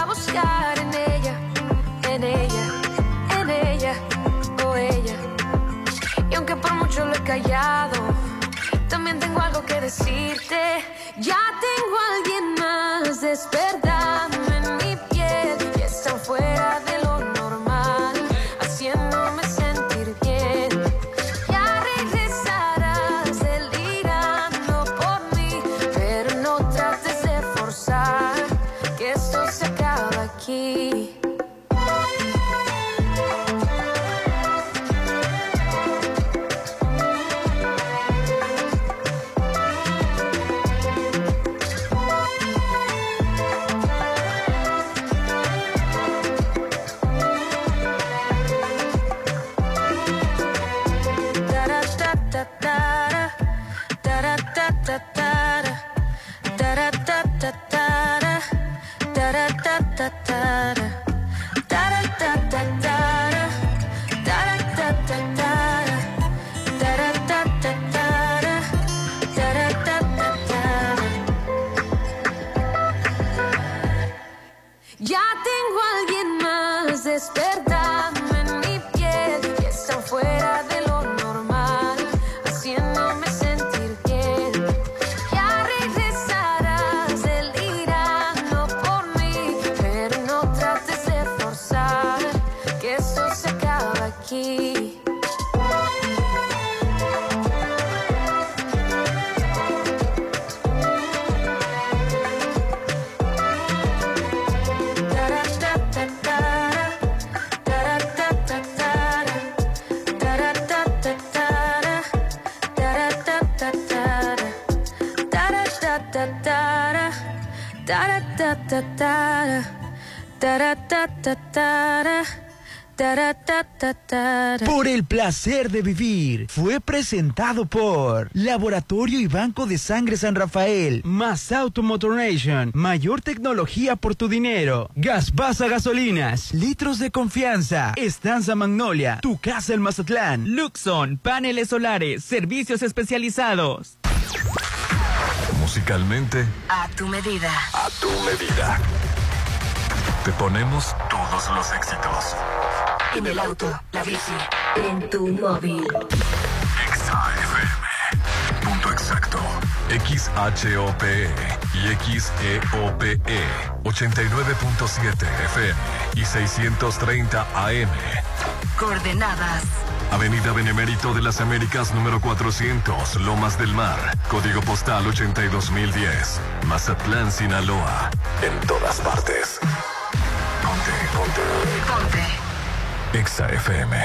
buscar en ella, en ella, en ella o ella. Y aunque por mucho lo he callado, también tengo algo que decirte. Ya tengo a alguien más despertando en mi piel y está fuera de lo normal, haciéndome sentir bien. Ya regresarás delirando por mí, pero no trates de forzar que esto se acaba aquí. Ya tengo a alguien más despertando en mi piel y está fuera de lo normal, haciéndome sentir bien. Ya regresarás delirando por mí, pero no trates de forzar que esto se acaba aquí. Por el placer de vivir fue presentado por Laboratorio y Banco de Sangre San Rafael, más Automotor Nation, mayor tecnología por tu dinero, Gaspasa Gasolinas, litros de confianza, Estanza Magnolia, tu casa en Mazatlán, Luxon, paneles solares, servicios especializados. Musicalmente, a tu medida. A tu medida. Te ponemos todos los éxitos. En el auto, la bici, en tu móvil. XAFM. Punto exacto. XHOPE y XEOPE. 89.7 FM y 630 AM. Coordenadas. Avenida Benemérito de las Américas número 400, Lomas del Mar. Código postal 82010. Mazatlán, Sinaloa. En todas partes. Ponte. Exa FM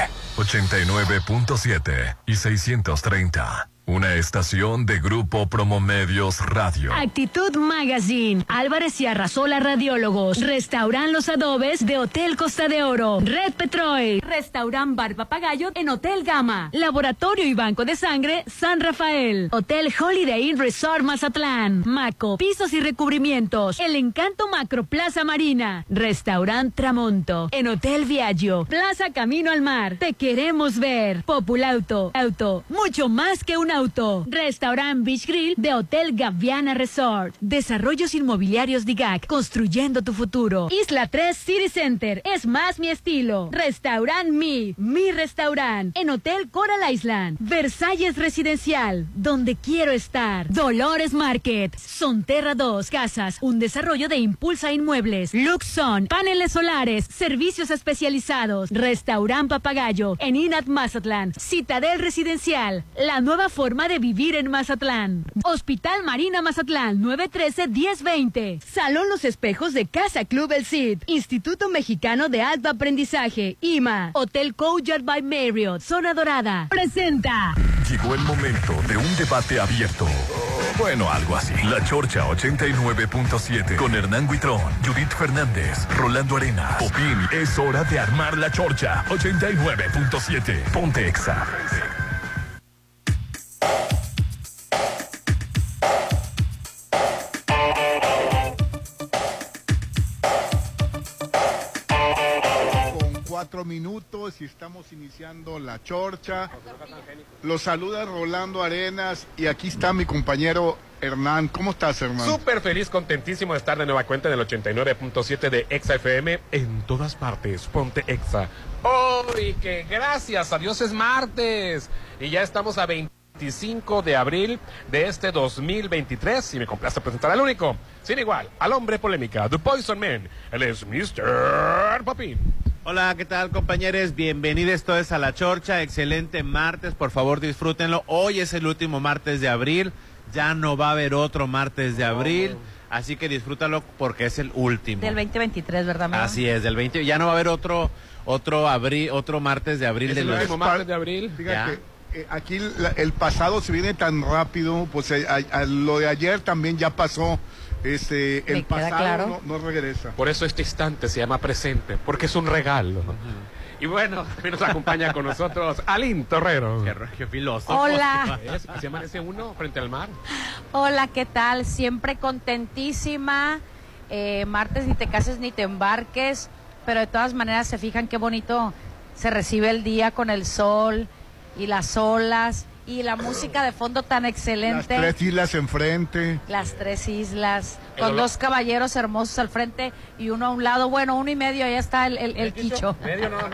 89.7 y 630. Una estación de Grupo Promomedios Radio. Actitud Magazine. Álvarez y Arrasola Radiólogos. Restaurant Los Adobes de Hotel Costa de Oro. Red Petrol. Restaurant Bar Papagayo en Hotel Gama. Laboratorio y Banco de Sangre San Rafael. Hotel Holiday Inn Resort Mazatlán. Maco. Pisos y recubrimientos. El Encanto Macro Plaza Marina. Restaurant Tramonto. En Hotel Viaggio. Plaza Camino al Mar. Te queremos ver. Populauto. Auto. Mucho más que un auto. Restaurant Beach Grill de Hotel Gaviana Resort. Desarrollos inmobiliarios DIGAC. Construyendo tu futuro. Isla 3 City Center. Es más mi estilo. Restaurant Mi restaurant. En Hotel Coral Island. Versalles Residencial. Donde quiero estar. Dolores Market. Sonterra 2 Casas. Un desarrollo de Impulsa Inmuebles. Luxon. Paneles solares. Servicios especializados. Restaurant Papagayo. En Inat Mazatlán. Citadel Residencial. La nueva forma de vivir en Mazatlán. Hospital Marina Mazatlán, 913-1020. Salón Los Espejos de Casa Club El Cid. Instituto Mexicano de Alto Aprendizaje, IMA. Hotel Couchard by Marriott, Zona Dorada. Presenta. Llegó el momento de un debate abierto. Bueno, algo así. La Chorcha 89.7 con Hernán Huitrón, Judith Fernández, Rolando Arenas. Popín, es hora de armar la Chorcha 89.7. Ponte Exa. 4 minutos y estamos iniciando la chorcha. Los saluda Rolando Arenas y aquí está mi compañero Hernán. ¿Cómo estás, Hernán? Súper feliz, contentísimo de estar de nueva cuenta en el 89.7 de Exa FM. En todas partes, ponte Exa. ¡Hoy que gracias a Dios es martes! Y ya estamos a 25 de abril de este 2023 y me complace presentar al único, sin igual, al hombre polémica, The Poison Man. Él es Mr. Popín. Hola, ¿qué tal, compañeros? Bienvenidos todos a La Chorcha. Excelente martes, por favor disfrútenlo. Hoy es el último martes de abril, ya no va a haber otro martes de abril, así que disfrútalo porque es el último. Del 2023, ¿verdad, amigo? Así es, del 20, ya no va a haber otro martes de abril. ¿Es el último martes de abril? Fíjate. Aquí el pasado se viene tan rápido, pues lo de ayer también ya pasó, el pasado claro. no regresa. Por eso este instante se llama presente, porque es un regalo. Y bueno, también nos acompaña con nosotros Aline Torrero. Qué filósofo. Hola. ¿Se amanece uno frente al mar? Hola, ¿qué tal? Siempre contentísima. Martes ni te cases ni te embarques, pero de todas maneras se fijan qué bonito se recibe el día con el sol y las olas y la música de fondo tan excelente. Las 3 islas enfrente. Las 3 islas, con 2 caballeros hermosos al frente y uno a un lado, bueno, 1 y medio, ahí está el quicho. Medio no.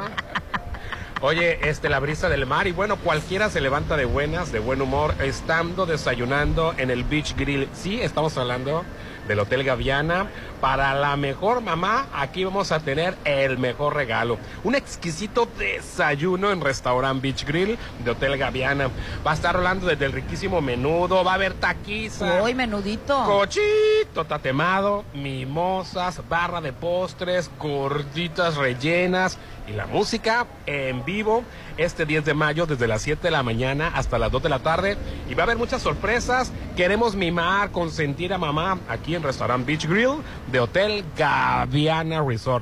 Oye, la brisa del mar y bueno, cualquiera se levanta de buenas, de buen humor, estando desayunando en el Beach Grill. Sí, estamos hablando del Hotel Gaviana. Para la mejor mamá, aquí vamos a tener el mejor regalo. Un exquisito desayuno en Restaurant Beach Grill de Hotel Gaviana. Va a estar rolando desde el riquísimo menudo, va a haber taquiza. ¡Uy, menudito! Cochito tatemado, mimosas, barra de postres, gorditas rellenas y la música en vivo este 10 de mayo desde las 7 de la mañana hasta las 2 de la tarde. Y va a haber muchas sorpresas. Queremos mimar, consentir a mamá aquí en Restaurant Beach Grill de Hotel Gaviana Resort.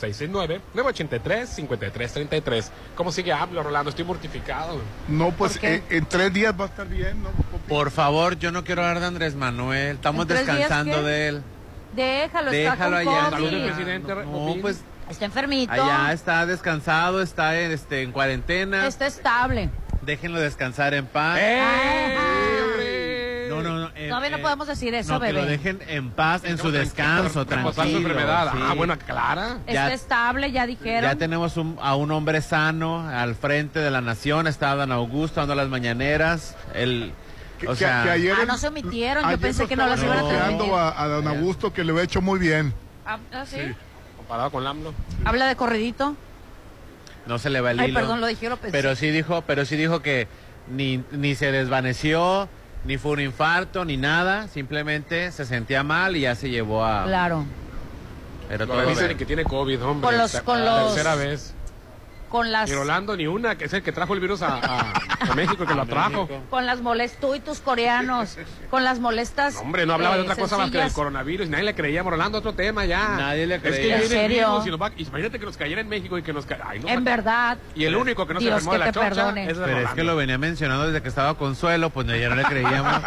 669-983-5333. ¿Cómo sigue? Hablo, Rolando, estoy mortificado. No, pues en 3 días va a estar bien, ¿no? Por favor, yo no quiero hablar de Andrés Manuel. Estamos descansando de él. Déjalo allá. Salud del presidente. No, pues está enfermito. Allá está descansado, está en cuarentena. Está estable. Déjenlo descansar en paz. No. Todavía no podemos decir eso, bebé. Que lo dejen en paz, en su descanso, tranquilo. Su enfermedad. Sí. Bueno, Clara. Está estable, ya dijeron. Ya tenemos a un hombre sano al frente de la nación. Está Dan Augusto dando las mañaneras. Que ayer no se omitieron. Yo pensé que no las iban a transmitir. A Dan Augusto, que le lo ha hecho muy bien. ¿Sí? Comparado con Lamlo. Habla de corridito. No se le va el hilo. Perdón, lo dije, lo pensé. Pero sí dijo que ni se desvaneció, ni fue un infarto, ni nada. Simplemente se sentía mal y ya se llevó a... Claro. Pero todo dicen que tiene COVID, hombre. Con los tercera vez. Con las... Y Rolando ni una, que es el que trajo el virus a México, que lo trajo. Con las molestas, tú y tus coreanos, con las molestas. No, hombre, no hablaba de otra cosa más que del sencillas. coronavirus. Nadie le creía, Rolando, otro tema ya. Nadie le creía. Es que ya ¿En viene el serio? virus y imagínate que nos cayera en México y que nos cayera. En verdad. Y el único que no Dios se enfermó que de la te chorcha perdone. es de Pero Rolando. es que lo venía mencionando desde que estaba Consuelo, pues ya no le creíamos.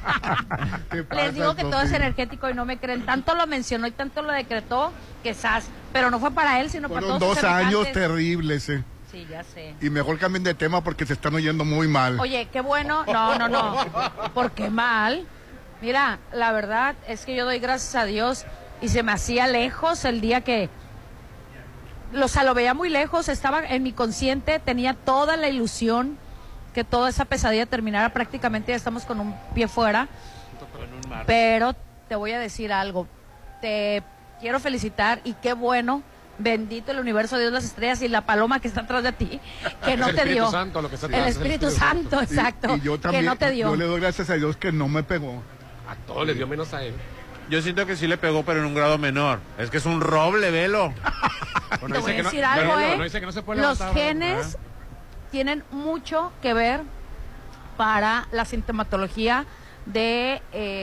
Les digo que todo es energético y no me creen. Tanto lo mencionó y tanto lo decretó que pero no fue para él, sino para Fueron todos 2 años terribles, Sí, ya sé. Y mejor cambien de tema porque se están oyendo muy mal. Oye, qué bueno. No. ¿Por qué mal? Mira, la verdad es que yo doy gracias a Dios y se me hacía lejos el día que... lo veía muy lejos, estaba en mi consciente, tenía toda la ilusión que toda esa pesadilla terminara. Prácticamente ya estamos con un pie fuera. Pero te voy a decir algo. Te quiero felicitar y qué bueno... Bendito el universo, Dios, las estrellas y la paloma que está atrás de ti, que no te dio. El Espíritu Santo, exacto. Y yo también, que no te dio. Yo le doy gracias a Dios que no me pegó. A todos les dio menos a él. Yo siento que sí le pegó, pero en un grado menor. Es que es un roble, velo. Te voy a decir algo, Los genes ¿eh? tienen mucho que ver para la sintomatología de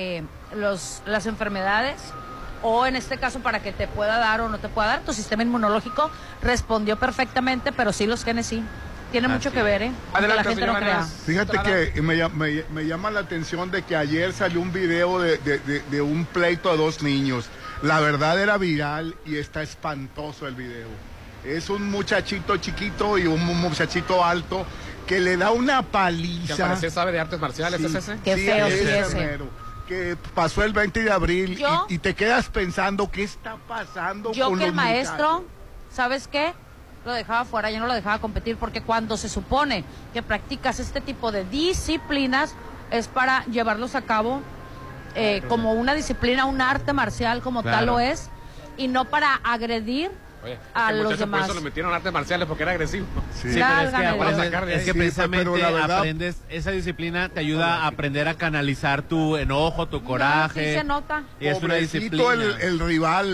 las enfermedades, o en este caso para que te pueda dar o no te pueda dar. Tu sistema inmunológico respondió perfectamente, pero sí los genes sí. Tiene mucho que ver, Adelante, que la gente no crea. Fíjate que me llama la atención de que ayer salió un video de un pleito de 2 niños. La verdad era viral y está espantoso el video. Es un muchachito chiquito y un muchachito alto que le da una paliza. Que al parecer sabe de artes marciales, Sí. ¿es ese? Qué feo, sí, ese ese. mero, que pasó el 20 de abril Yo- y te quedas pensando qué está pasando Yo con que el los maestro, muchachos. ¿sabes qué? Lo dejaba fuera, yo no lo dejaba competir porque cuando se supone que practicas este tipo de disciplinas es para llevarlos a cabo como una disciplina, un arte marcial como Claro. tal lo es, y no para agredir Oye, a el los muchacho demás. por eso lo metieron en artes marciales porque era agresivo. Sí. Sí, pero es que, Válgame aprendes- Dios. es que Sí, precisamente pero la verdad- aprendes, esa disciplina te ayuda a aprender a canalizar tu enojo, tu coraje. No, sí se nota. Y es una Pobrecito disciplina. el rival,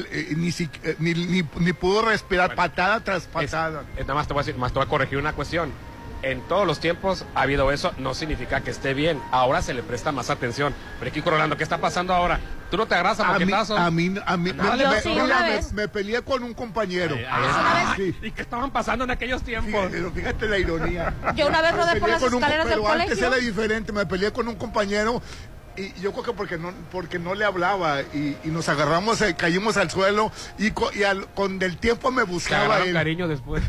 ni pudo respirar, patada tras patada. Nada más te voy a decir, más te voy a corregir una cuestión. En todos los tiempos ha habido eso, no significa que esté bien. Ahora se le presta más atención. Pero Kiko Rolando, ¿qué está pasando ahora? ¿Tú no te agarras a moquetazos? A mí, Yo sí, una vez. me peleé con un compañero. Ay, Sí. ¿y qué estaban pasando en aquellos tiempos? Fíjate la ironía. Yo una vez Me rodé por peleé las con un- escaleras del pero antes colegio. era diferente, me peleé con un compañero y yo creo que porque no le hablaba y nos agarramos, caímos al suelo y con el tiempo me Te buscaba agarraron él. cariño después.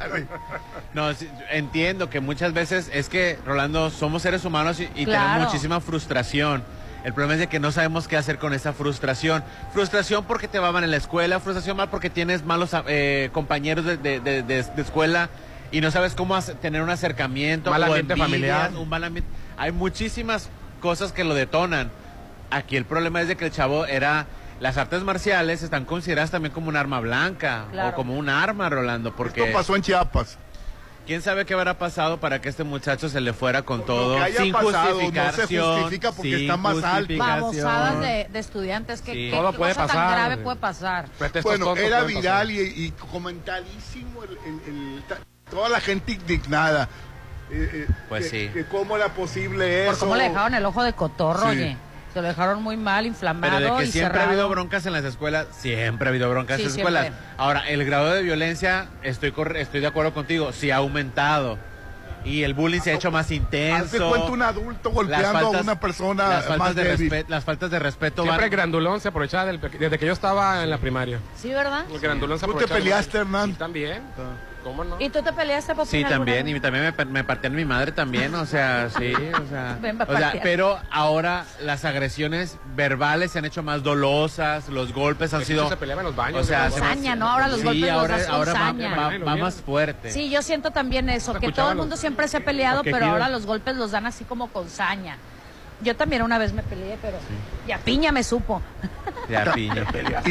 No, sí, entiendo que muchas veces es que, Rolando, somos seres humanos y Claro. tenemos muchísima frustración. El problema es de que no sabemos qué hacer con esa frustración. Frustración porque te va mal en la escuela, frustración mal porque tienes malos compañeros de escuela y no sabes cómo tener un acercamiento. Mal o ambiente envidias, familiar. un mal ambiente. Hay muchísimas cosas que lo detonan. Aquí el problema es de que el chavo las artes marciales están consideradas también como un arma blanca Claro. o como un arma, Rolando, porque Esto pasó en Chiapas. quién sabe qué habrá pasado para que este muchacho se le fuera con todo, que haya sin pasado, no se justificación, justifica porque sin está más alto. justificación. Babosadas de estudiantes, que Sí. qué Todo puede cosa tan pasar. grave puede pasar. Pretextos Bueno, tontos era pueden viral pasar. y comentadísimo toda la gente indignada. Pues sí. Que cómo era posible eso. Por cómo le dejaron el ojo de cotorro, Sí. oye. Se lo dejaron muy mal, inflamado Pero de que y siempre cerrado. ha habido broncas en las escuelas, siempre ha habido broncas Sí, en las escuelas. siempre. Ahora, el grado de violencia, estoy de acuerdo contigo, sí ha aumentado. Y el bullying se ha hecho más Hace intenso. cuenta un adulto golpeando a una persona las faltas más de débil. las faltas de respeto Siempre van... Grandulón se aprovechaba desde que yo estaba en la primaria. Sí, ¿verdad? El Grandulón se ¿Tú te aprovechaba. peleaste, Hernán? Sí, también. ¿Cómo no? ¿Y tú te peleaste, Popín, Sí, alguna también, vez? y también me partían mi madre también, o sea, sí, o sea, Ven, va a o sea, patear. pero ahora las agresiones verbales se han hecho más dolosas, los golpes han De sido, hecho, se peleaba en los baños, o sea, ¿no? se Saña, ¿no? Ahora los sí, golpes los ahora, das con ahora saña. va más fuerte. Sí, yo siento también eso, que todo escuchaban el mundo los- siempre se ha peleado, los pero quejidos. ahora los golpes los dan así como con saña. Yo también una vez me peleé, pero y a piña me supo. Ya, piña.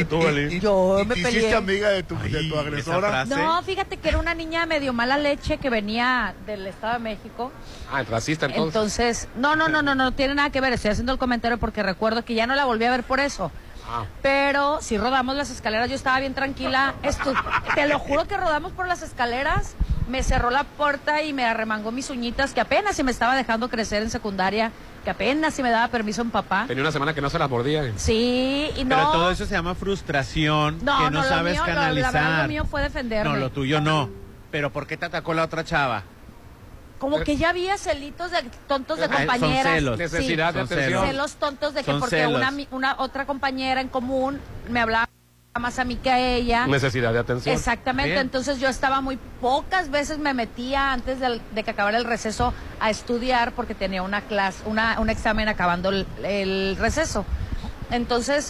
Yo me te peleé. hiciste amiga de tu esa agresora. frase. No, fíjate que era una niña medio mala leche que venía del Estado de México. Ah, el racista entonces. Entonces, no tiene nada que ver. Estoy haciendo el comentario porque recuerdo que ya no la volví a ver por eso. Ah. Pero si rodamos las escaleras, yo estaba bien tranquila. Te lo juro que rodamos por las escaleras. Me cerró la puerta y me arremangó mis uñitas, que apenas si me estaba dejando crecer en secundaria, que apenas si me daba permiso mi papá. Tenía una semana que no se las mordía. Sí, y no. Pero todo eso se llama frustración, No, que no no, lo sabes mío, la canalizar. verdad, lo mío fue defenderme. No, lo tuyo no. Pero ¿por qué te atacó la otra chava? Como que ya había celitos de tontos de Ah, son compañeras. celos. Necesidad de Son atención. Celos tontos de que Son porque celos. una otra compañera en común me hablaba más a mí que a ella. Necesidad de atención. Exactamente, Bien. entonces yo estaba muy pocas veces me metía antes de que acabara el receso a estudiar porque tenía una clase, un examen acabando el receso. Entonces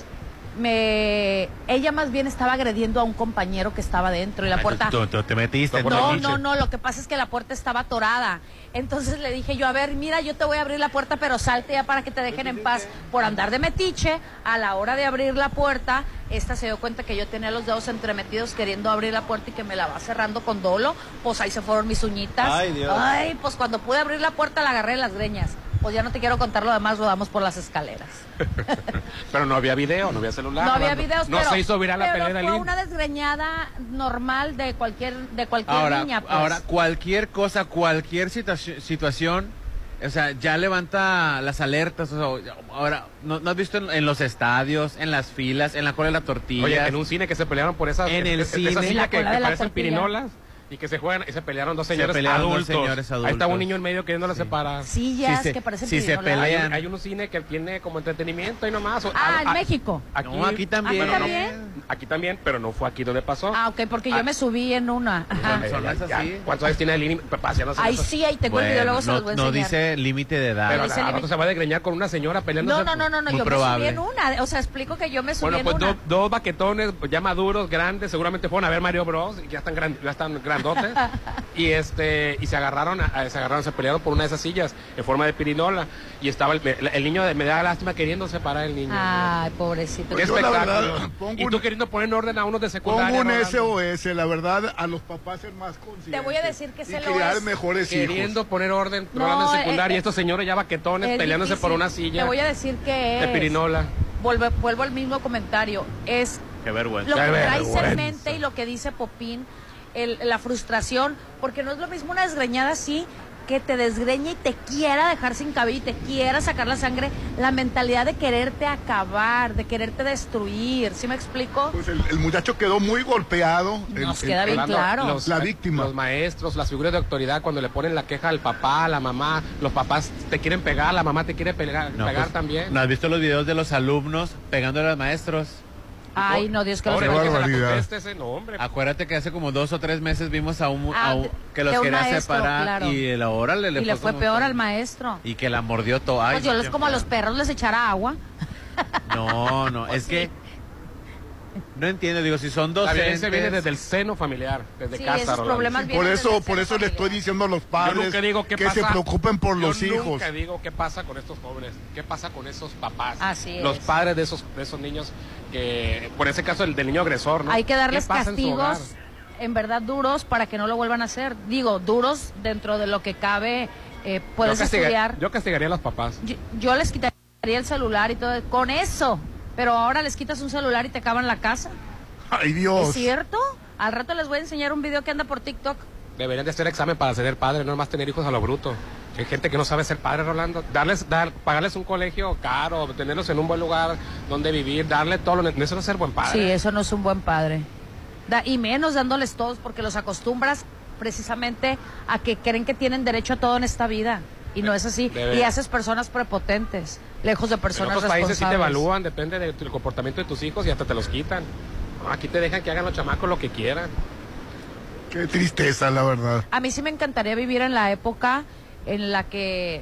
ella más bien estaba agrediendo a un compañero que estaba dentro y la puerta. Tú te metiste. No, lo que pasa es que la puerta estaba atorada. Entonces le dije yo, a ver, mira, yo te voy a abrir la puerta, pero salte ya para que te dejen en paz. Por andar de metiche, a la hora de abrir la puerta, esta se dio cuenta que yo tenía los dedos entremetidos queriendo abrir la puerta y que me la va cerrando con dolo. Pues ahí se fueron mis uñitas. Ay, Dios. Ay, pues cuando pude abrir la puerta la agarré de las greñas. Pues ya no te quiero contar lo demás, rodamos por las escaleras. Pero no había video, no había celular. No había videos, No pero, se hizo viral la pero pelea de fue Lin. una desgreñada normal de cualquier Ahora, niña. Pues. ahora cualquier cosa, cualquier situación, o sea, ya levanta las alertas. O sea, ahora, ¿no has visto en los estadios, en las filas, en la cola de la tortilla? Oye, en un cine que se pelearon por esa, En el esa cine. silla La que cola de la parecen tortilla. pirinolas. Y que se juegan y se pelearon dos señores adultos. Ahí está un niño en medio queriéndolo separar. Sillas que parecen si se pelean. Hay un cine que tiene como entretenimiento ahí nomás. En México. Aquí también. Aquí también, pero no fue aquí donde pasó. Ok, porque yo me subí en una. ¿Cuántos años tiene el límite? Ahí sí, ahí tengo el video, luego se los voy a enseñar. No dice límite de edad. Pero al rato se va a desgreñar con una señora peleándose. No, yo me subí en una. O sea, explico que yo me subí en una. Bueno, pues dos baquetones ya maduros, grandes, seguramente fueron a ver Mario Bros. Y ya están grandotes. Y se agarraron, se pelearon por una de esas sillas en forma de pirinola. Y estaba el niño, me da lástima queriendo separar el niño. Ay, pobrecito. Qué espectáculo. Y tú queriendo poner en orden a unos de secundaria. Pongo un SOS, la verdad, a los papás ser más conscientes. Te voy a decir que se lo criar mejores hijos. Queriendo poner orden, Rolando en secundaria, y estos señores ya baquetones peleándose por una silla. Te voy a decir que de pirinola. Vuelvo al mismo comentario. Es qué vergüenza. Lo que traes en mente y lo que dice Popín, la frustración, porque no es lo mismo una desgreñada así, que te desgreñe y te quiera dejar sin cabello y te quiera sacar la sangre, la mentalidad de quererte acabar, de quererte destruir, ¿sí me explico? Pues el muchacho quedó muy golpeado. Nos queda bien claro. La víctima. Los maestros, las figuras de autoridad, cuando le ponen la queja al papá, a la mamá, los papás te quieren pegar, la mamá te quiere pegar también. ¿No has visto los videos de los alumnos pegándole a los maestros? Ay, no, Dios que los Acuérdate que hace como 2 o 3 meses vimos a un que los quería maestro, separar, claro. y ahora le fue peor al maestro. Y que la mordió todo. Pues yo como a los perros les echara agua. No, pues es que no entiendo, digo, si son docentes. La violencia viene desde el seno familiar, desde casa. Esos problemas por eso le estoy diciendo a los padres que se preocupen por los hijos. Yo nunca digo qué pasa con estos jóvenes, qué pasa con esos papás, los padres de esos niños, que por ese caso del niño agresor, ¿no? Hay que darles castigos en verdad duros para que no lo vuelvan a hacer. Digo, duros dentro de lo que cabe. Puedes estudiar. Yo castigaría a los papás. Yo les quitaría el celular y todo con eso. Pero ahora les quitas un celular y te acaban la casa. ¡Ay, Dios! ¿Es cierto? Al rato les voy a enseñar un video que anda por TikTok. Deberían de hacer examen para ser padre, no más tener hijos a lo bruto. Hay gente que no sabe ser padre, Rolando. Pagarles un colegio caro, tenerlos en un buen lugar donde vivir, darle todo lo... Eso no es ser buen padre. Sí, eso no es un buen padre. Y menos dándoles todos, porque los acostumbras precisamente a que creen que tienen derecho a todo en esta vida. Y no es así. Y haces personas prepotentes, lejos de personas responsables. En otros países sí te evalúan, depende del comportamiento de tus hijos y hasta te los quitan. Aquí te dejan que hagan los chamacos lo que quieran. Qué tristeza, la verdad. A mí sí me encantaría vivir en la época en la que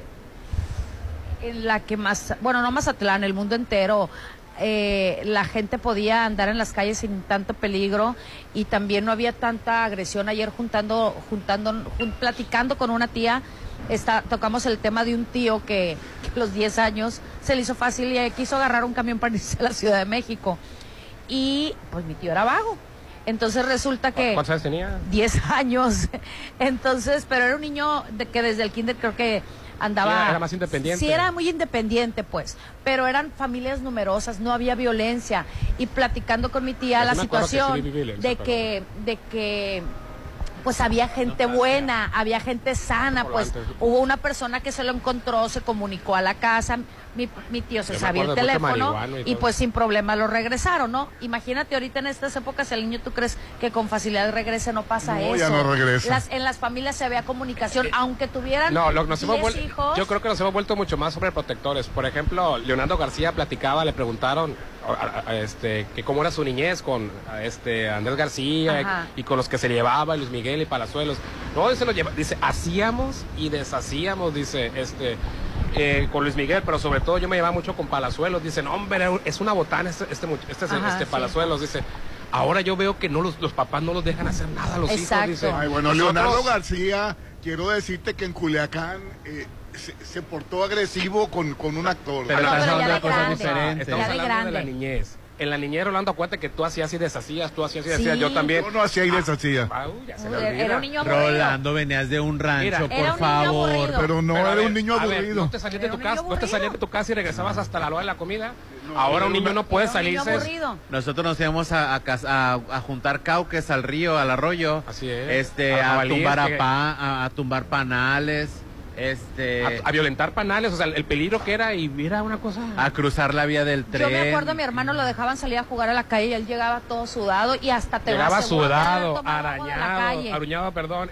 no Mazatlán, el mundo entero, la gente podía andar en las calles sin tanto peligro y también no había tanta agresión. Ayer platicando con una tía, tocamos el tema de un tío que a los 10 años se le hizo fácil y quiso agarrar un camión para irse a la Ciudad de México. Y pues mi tío era vago. Entonces resulta que... ¿Cuántos años tenía? 10 años. Entonces, pero era un niño que desde el kinder creo que andaba... Sí, era más independiente. Sí, era muy independiente, pues. Pero eran familias numerosas, no había violencia. Y platicando con mi tía la situación de que pues había gente buena, había gente sana, pues hubo una persona que se lo encontró, se comunicó a la casa, mi tío se sabía el teléfono y pues sin problema lo regresaron, ¿no? Imagínate ahorita en estas épocas el niño, ¿tú crees que con facilidad regrese? No pasa eso. Ya no regresa. En las familias se había comunicación, aunque tuvieran 10 hijos. Yo creo que nos hemos vuelto mucho más sobreprotectores. Por ejemplo, Leonardo García platicaba, le preguntaron que cómo era su niñez con Andrés García y con los que se llevaba, Luis Miguel y Palazuelos. No, dice, hacíamos y deshacíamos, dice, con Luis Miguel, pero sobre todo yo me llevaba mucho con Palazuelos. Dice, no, hombre, es una botana Palazuelos, dice. Ahora yo veo que los papás no los dejan hacer nada a los hijos, dice. Ay, bueno, Leonardo García, quiero decirte que en Culiacán se portó agresivo con un actor. Pero ya estamos de hablando de la niñez. En la niñez, Rolando, acuérdate que tú hacías y deshacías, yo también. Yo no hacía y deshacía. Era un niño aburrido. Rolando, venías de un rancho, por favor. Pero no era un niño aburrido. No te salías de tu casa y regresabas hasta la hora de la comida. Ahora un niño no puede salirse. Nosotros nos íbamos a juntar cauques al río, al arroyo. Así es. A tumbar panales. A violentar panales, o sea, el peligro que era, y era una cosa... A cruzar la vía del tren. Yo me acuerdo, a mi hermano lo dejaban salir a jugar a la calle y él llegaba todo sudado y hasta te llegaba aseguro que sudado, arañado, aruñado,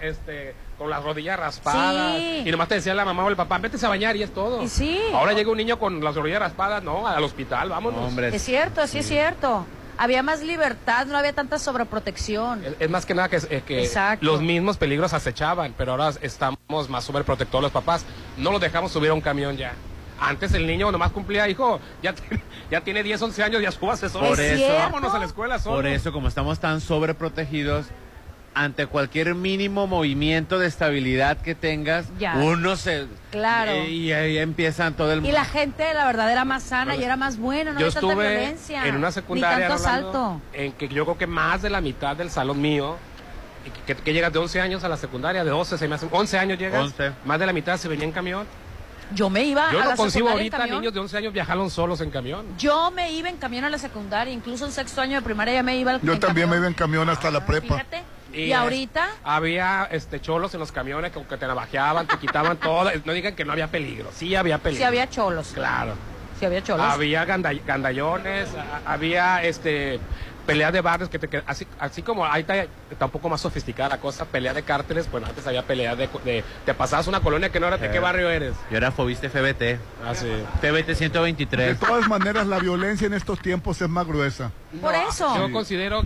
con las rodillas raspadas. Sí. Y nomás te decía la mamá o el papá, vete a bañar y es todo. Y sí. Ahora llega un niño con las rodillas raspadas, no, al hospital, vámonos. Hombre. Es cierto, sí es cierto. Había más libertad, no había tanta sobreprotección. Es más que nada que los mismos peligros acechaban, pero ahora estamos más sobreprotectores los papás. No los dejamos subir a un camión ya. Antes el niño nomás cumplía, hijo, ya tiene 10, 11 años, ya súbase solo. Por eso, vámonos a la escuela solo. Por eso, como estamos tan sobreprotegidos, ante cualquier mínimo movimiento de estabilidad que tengas, ya. uno se... Claro. Y ahí empiezan todo el... Y la gente, la verdad, era más sana y era más buena, no había tanta violencia. Yo estuve en una secundaria, ni tanto asalto. En que yo creo que más de la mitad del salón mío, que llegas de 11 años a la secundaria, de 12, 11 años llegas, 11. Más de la mitad se venía en camión. Yo me iba Yo a no la concibo secundaria ahorita niños de 11 años viajaron solos en camión. Yo me iba en camión a la secundaria, incluso en sexto año de primaria ya me iba Yo también me iba en camión hasta la prepa. Fíjate. ¿Y ahorita? Había cholos en los camiones que te navajeaban, te quitaban todo. No digan que no había peligro. Sí había peligro. Sí había cholos. Claro. Sí había cholos. Había gandallones, había peleas de barrios así como ahí está un poco más sofisticada la cosa, pelea de cárteles. Bueno, antes había peleas de te pasabas una colonia que no era de qué barrio eres. Yo era fobista FBT. Sí. FBT 123. De todas maneras, la violencia en estos tiempos es más gruesa. Por eso. Yo considero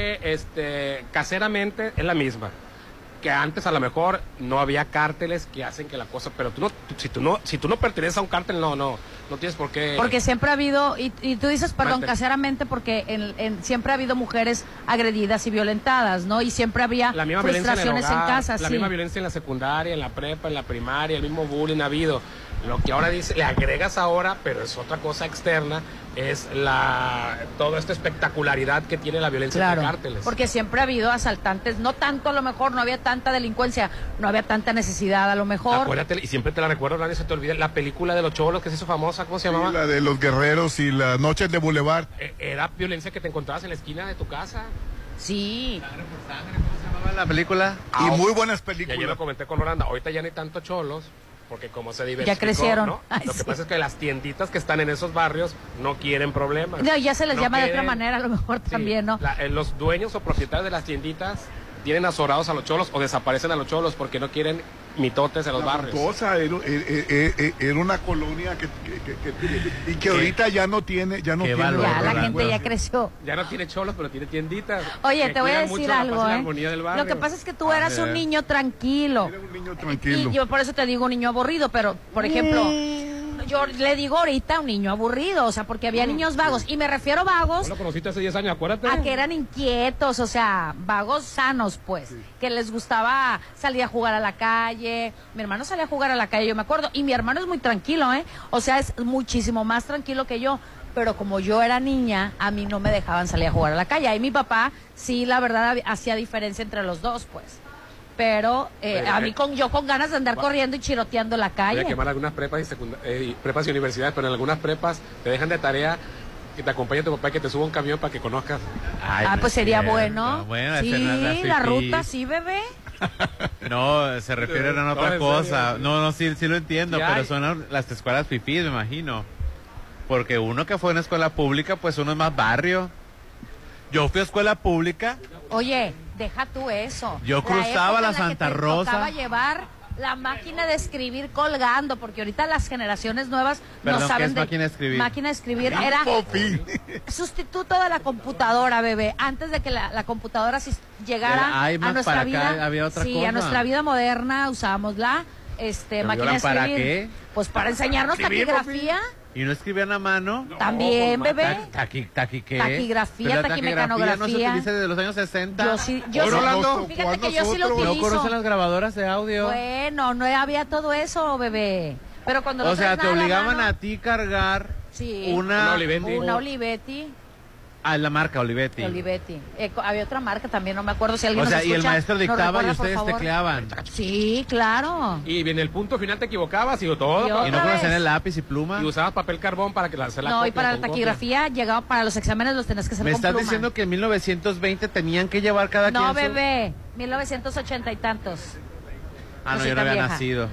que caseramente es la misma. Que antes a lo mejor no había cárteles que hacen que la cosa, pero si tú no perteneces a un cártel, no tienes por qué. Porque siempre ha habido, y tú dices, perdón, caseramente, porque siempre ha habido mujeres agredidas y violentadas, ¿no? Y siempre había la misma frustraciones en casa. La misma violencia en la secundaria, en la prepa, en la primaria, el mismo bullying ha habido. Lo que ahora le agregas ahora, pero es otra cosa externa, es toda esta espectacularidad que tiene la violencia de cárteles. Porque siempre ha habido asaltantes, no tanto a lo mejor, no había tanta delincuencia, no había tanta necesidad a lo mejor. Acuérdate, y siempre te la recuerdo, nadie se te olvida, la película de los cholos que se hizo famosa, ¿cómo se llamaba? La de los guerreros y las noches de Boulevard. Era violencia que te encontrabas en la esquina de tu casa. Sí. Sangre por sangre, ¿cómo se llamaba la película? Y muy buenas películas. Y ayer lo comenté con Rolanda, ahorita ya no hay tantos cholos. Porque como se diversificó, ya crecieron. ¿no? Lo que pasa es que las tienditas que están en esos barrios no quieren problemas. No, ya se les llama de otra manera a lo mejor también, ¿no? Los dueños o propietarios de las tienditas tienen azorados a los cholos o desaparecen a los cholos porque no quieren mitotes en los barrios. Era una colonia que ahorita ya no tiene. Ya la gente ya creció. Ya no tiene cholos, pero tiene tienditas. Oye, te voy a decir algo, Lo que pasa es que tú eras un niño tranquilo. Era un niño tranquilo. Y yo por eso te digo un niño aburrido, pero, por ejemplo, yo le digo ahorita un niño aburrido, o sea, porque había niños vagos. Y me refiero vagos. ¿No lo conociste hace 10 años, acuérdate? A que eran inquietos, o sea, vagos sanos, pues. Sí. Que les gustaba salir a jugar a la calle. Mi hermano salía a jugar a la calle, yo me acuerdo. Y mi hermano es muy tranquilo, O sea, es muchísimo más tranquilo que yo. Pero como yo era niña, a mí no me dejaban salir a jugar a la calle. Ahí mi papá, sí, la verdad, hacía diferencia entre los dos, pues. Pero a mí yo con ganas de andar corriendo y chiroteando la calle. Voy a quemar algunas prepas prepas y universidades, pero en algunas prepas te dejan de tarea que te acompañe tu papá y que te suba un camión para que conozcas. Pues sería bueno. Sí, la ruta, sí, bebé. No, se refieren a otra cosa. No, sí lo entiendo, pero son las escuelas fifís, me imagino. Porque uno que fue a una escuela pública, pues uno es más barrio. Yo fui a escuela pública. Oye, deja tú eso. Yo cruzaba la Santa Rosa. Tocaba llevar la máquina de escribir colgando, porque ahorita las generaciones nuevas no saben ¿qué es máquina de escribir? Máquina de escribir era sustituto de la computadora, bebé. Antes de que la computadora llegara a nuestra vida, había otra cosa. A nuestra vida moderna usábamos la máquina de escribir. ¿Para qué? Pues para enseñarnos taquigrafía. ¿Y no escribían a mano? También, bebé. ¿Qué? Taquigrafía, taquimecanografía. No se utiliza desde los años 60. Yo sí, fíjate que yo sí lo utilizo. ¿No conocen las grabadoras de audio? Bueno, no había todo eso, bebé. Pero cuando o sea, te obligaban a ti cargar una Olivetti. Ah, la marca Olivetti. Había otra marca también, no me acuerdo si alguien nos escucha. Y el maestro dictaba y ustedes tecleaban. Sí, claro. Y en el punto final te equivocabas y todo. Y no conocían el lápiz y pluma. Y usabas papel carbón para que hacer la copia. No, y para la taquigrafía llegaba para los exámenes los tenías que hacer con pluma. ¿Me estás diciendo que en 1920 tenían que llevar cada quien No, bebé, 1980 y tantos. Ah, no, yo no había nacido.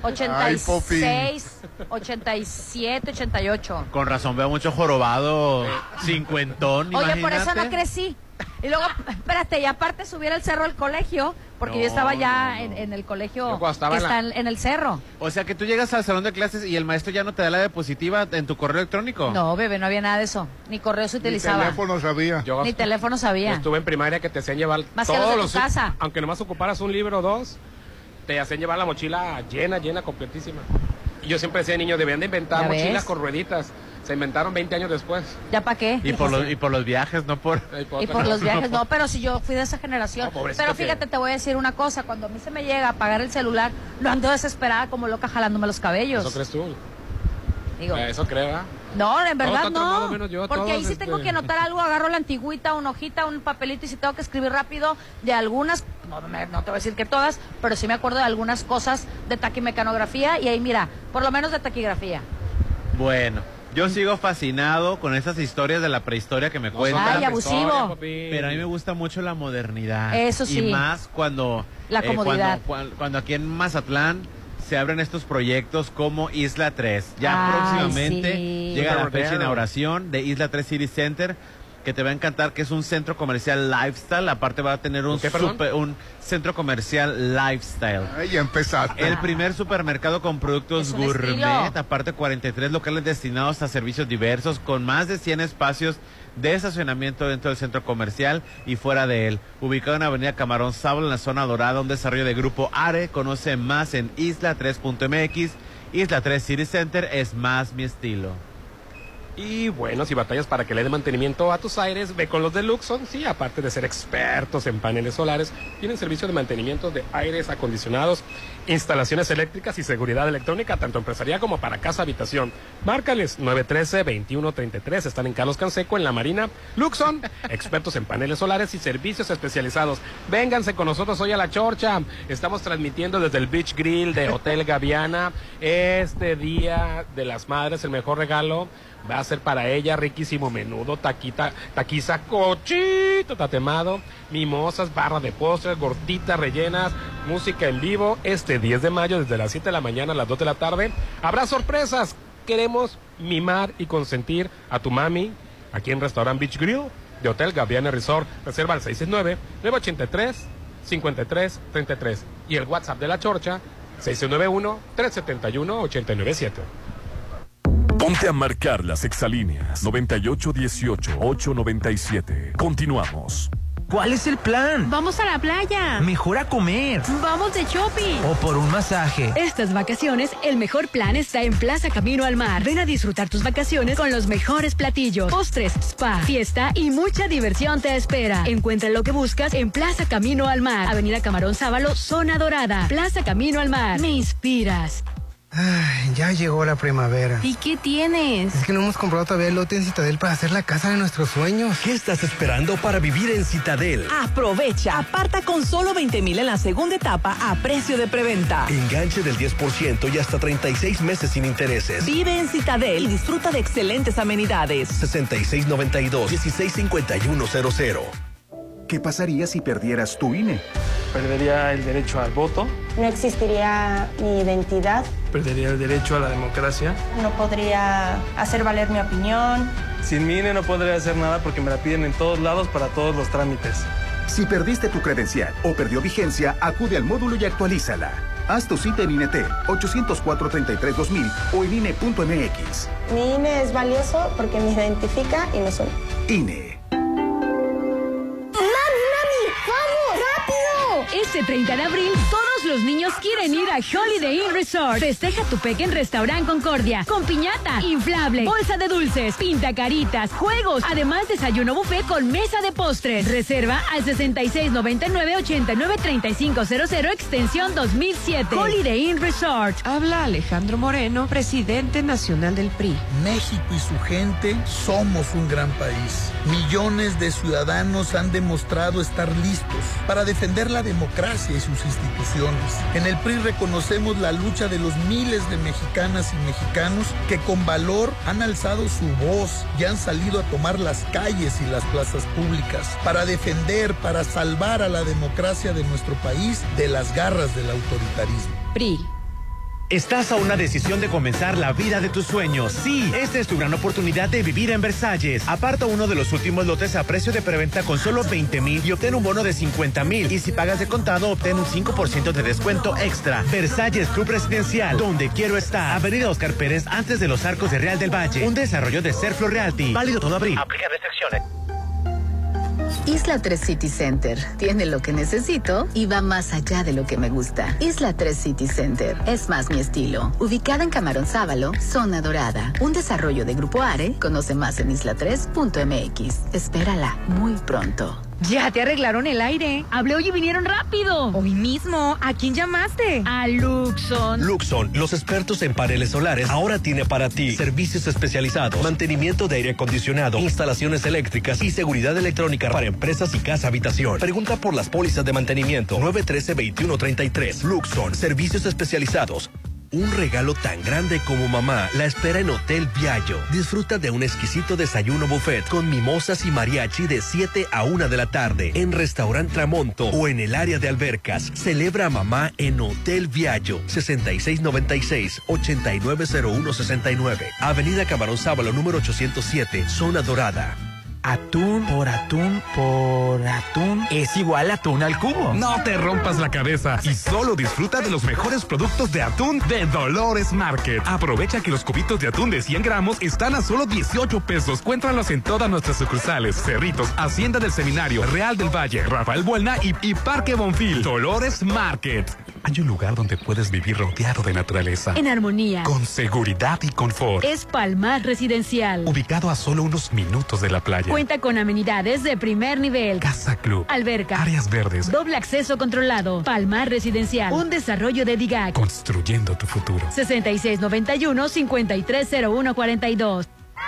86, 87, 88. Con razón, veo mucho jorobado, cincuentón, Oye, imagínate. por eso no crecí. Y luego, espérate, y aparte subí al cerro del colegio, porque yo estaba ya en el colegio que está en el cerro. O sea, que tú llegas al salón de clases y el maestro ya no te da la diapositiva en tu correo electrónico. No, bebé, no había nada de eso. Ni correo se utilizaba. Ni teléfono sabía. Ni teléfono sabía. Estuve en primaria que te hacían llevar más todos que los de tu casa. Aunque nomás ocuparas un libro o dos, te hacían llevar la mochila llena, completísima. Y yo siempre decía, niños, debían de inventar mochilas con rueditas. Se inventaron 20 años después. ¿Ya para qué? Y por los viajes, no por... Y por los viajes, no, pero si yo fui de esa generación. No, pero fíjate, te voy a decir una cosa. Cuando a mí se me llega a apagar el celular, no ando desesperada como loca jalándome los cabellos. ¿Eso crees tú? Digo, eso creo, ¿eh? No, en verdad no. Yo, porque todos, ahí sí tengo que anotar algo, agarro la antigüita, una hojita, un papelito y si tengo que escribir rápido de algunas, no te voy a decir que todas, pero sí me acuerdo de algunas cosas de taquimecanografía y ahí mira, por lo menos de taquigrafía. Bueno, yo sigo fascinado con esas historias de la prehistoria que me cuentan. Ay, abusivo. Pero a mí me gusta mucho la modernidad. Eso sí. Y más cuando... La comodidad. Cuando aquí en Mazatlán se abren estos proyectos como Isla 3. Ya próximamente llega la fecha de inauguración de Isla 3 City Center, que te va a encantar, que es un centro comercial lifestyle. Aparte va a tener un centro comercial lifestyle. Ahí empezaste. El primer supermercado con productos gourmet. Estilo. Aparte 43 locales destinados a servicios diversos, con más de 100 espacios de estacionamiento dentro del centro comercial y fuera de él. Ubicado en Avenida Camarón Sábalo, en la zona dorada, un desarrollo de Grupo ARE. Conoce más en isla3.mx. Isla 3 City Center es más mi estilo. Y bueno, si batallas para que le dé mantenimiento a tus aires, ve con los de Luxon. Sí, aparte de ser expertos en paneles solares, tienen servicio de mantenimiento de aires acondicionados, instalaciones eléctricas y seguridad electrónica, tanto empresarial como para casa habitación. Márcales 913-2133. Están en Carlos Canseco, en La Marina. Luxon, expertos en paneles solares y servicios especializados. Vénganse con nosotros hoy a La Chorcha. Estamos transmitiendo desde el Beach Grill de Hotel Gaviana. Este Día de las Madres, el mejor regalo va a ser para ella: riquísimo menudo, taquiza, cochito tatemado, mimosas, barra de postres, gorditas rellenas, música en vivo. Este 10 de mayo, desde las 7 de la mañana a las 2 de la tarde, habrá sorpresas. Queremos mimar y consentir a tu mami aquí en Restaurant Beach Grill de Hotel Gaviana Resort. Reserva al 669-983-5333 y el WhatsApp de La Chorcha 691-371-897. Ponte a marcar las exalíneas 9818-897. Continuamos. ¿Cuál es el plan? Vamos a la playa. Mejor a comer. Vamos de shopping. O por un masaje. Estas vacaciones, el mejor plan está en Plaza Camino al Mar. Ven a disfrutar tus vacaciones con los mejores platillos, postres, spa, fiesta y mucha diversión te espera. Encuentra lo que buscas en Plaza Camino al Mar. Avenida Camarón Sábalo, Zona Dorada. Plaza Camino al Mar. Me inspiras. Ay, ya llegó la primavera. ¿Y qué tienes? Es que no hemos comprado todavía el lote en Citadel para hacer la casa de nuestros sueños. ¿Qué estás esperando para vivir en Citadel? Aprovecha. Aparta con solo 20,000 en la segunda etapa a precio de preventa. Enganche del 10% y hasta 36 meses sin intereses. Vive en Citadel y disfruta de excelentes amenidades. 6692-165100. ¿Qué pasaría si perdieras tu INE? Perdería el derecho al voto. No existiría mi identidad. Perdería el derecho a la democracia. No podría hacer valer mi opinión. Sin mi INE no podría hacer nada porque me la piden en todos lados para todos los trámites. Si perdiste tu credencial o perdió vigencia, acude al módulo y actualízala. Haz tu cita en INET 804-33-2000 o en INE.mx. Mi INE es valioso porque me identifica y me suena. INE. Este 30 de abril, todos los niños quieren ir a Holiday Inn Resort. Festeja tu peque en Restaurant Concordia, con piñata, inflable, bolsa de dulces, pinta-caritas, juegos, además desayuno buffet con mesa de postres. Reserva al 6699-893500, extensión 2007. Holiday Inn Resort. Habla Alejandro Moreno, presidente nacional del PRI. México y su gente somos un gran país. Millones de ciudadanos han demostrado estar listos para defender la democracia y sus instituciones. instituciones. En el PRI reconocemos la lucha de los miles de mexicanas y mexicanos que con valor han alzado su voz y han salido a tomar las calles y las plazas públicas para defender, para salvar a la democracia de nuestro país de las garras del autoritarismo. PRI. Estás a una decisión de comenzar la vida de tus sueños. Sí, esta es tu gran oportunidad de vivir en Versalles. Aparta uno de los últimos lotes a precio de preventa con solo 20,000 y obtén un bono de 50,000. Y si pagas de contado, obtén un 5% de descuento extra. Versalles Club Residencial, donde quiero estar. Avenida Oscar Pérez, antes de los Arcos de Real del Valle. Un desarrollo de Serflo Realty. Válido todo abril. Aplica restricciones. Isla 3 City Center tiene lo que necesito y va más allá de lo que me gusta. Isla 3 City Center es más mi estilo. Ubicada en Camarón Sábalo, Zona Dorada. Un desarrollo de Grupo Are. Conoce más en isla3.mx. Espérala muy pronto. Ya te arreglaron el aire. Hablé hoy y vinieron rápido. Hoy mismo. ¿A quién llamaste? A Luxon. Luxon, los expertos en paneles solares, ahora tiene para ti servicios especializados, mantenimiento de aire acondicionado, instalaciones eléctricas y seguridad electrónica para empresas y casa habitación. Pregunta por las pólizas de mantenimiento. 913-2133. Luxon, servicios especializados. Un regalo tan grande como mamá la espera en Hotel Viallo. Disfruta de un exquisito desayuno buffet con mimosas y mariachi de 7 a 1 de la tarde en Restaurant Tramonto o en el área de albercas. Celebra a mamá en Hotel Viallo. 6696-890169. Avenida Camarón Sábalo, número 807, Zona Dorada. Atún por atún por atún es igual a atún al cubo. No te rompas la cabeza y solo disfruta de los mejores productos de atún de Dolores Market. Aprovecha que los cubitos de atún de 100 gramos están a solo 18 pesos. Cuéntralos en todas nuestras sucursales: Cerritos, Hacienda del Seminario, Real del Valle, Rafael Buelna y Parque Bonfil. Dolores Market. Hay un lugar donde puedes vivir rodeado de naturaleza. En armonía. Con seguridad y confort. Es Palmar Residencial. Ubicado a solo unos minutos de la playa. Cuenta con amenidades de primer nivel. Casa Club. Alberca. Áreas verdes. Doble acceso controlado. Palmar Residencial. Un desarrollo de DIGAC. Construyendo tu futuro. 6691-530142.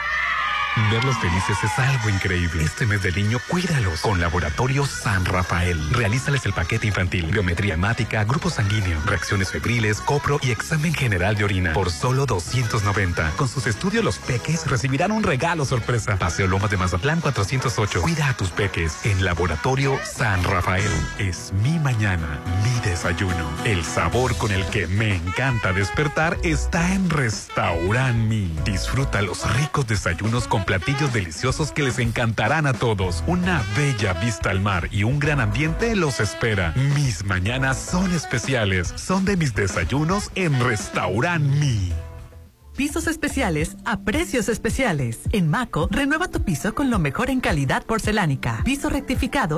Verlos felices es algo increíble. Este mes del niño, cuídalos con Laboratorio San Rafael. Realízales el paquete infantil, biometría hemática, grupo sanguíneo, reacciones febriles, copro y examen general de orina por solo 290. Con sus estudios, los peques recibirán un regalo sorpresa. Paseo Lomas de Mazatlán 408. Cuida a tus peques en Laboratorio San Rafael. Es mi mañana, mi desayuno. El sabor con el que me encanta despertar está en Restaurant Mi. Disfruta los ricos desayunos con platillos deliciosos que les encantarán a todos. Una bella vista al mar y un gran ambiente los espera. Mis mañanas son especiales. Son de mis desayunos en Restaurant Mi. Pisos especiales a precios especiales. En Maco, renueva tu piso con lo mejor en calidad porcelánica. Piso rectificado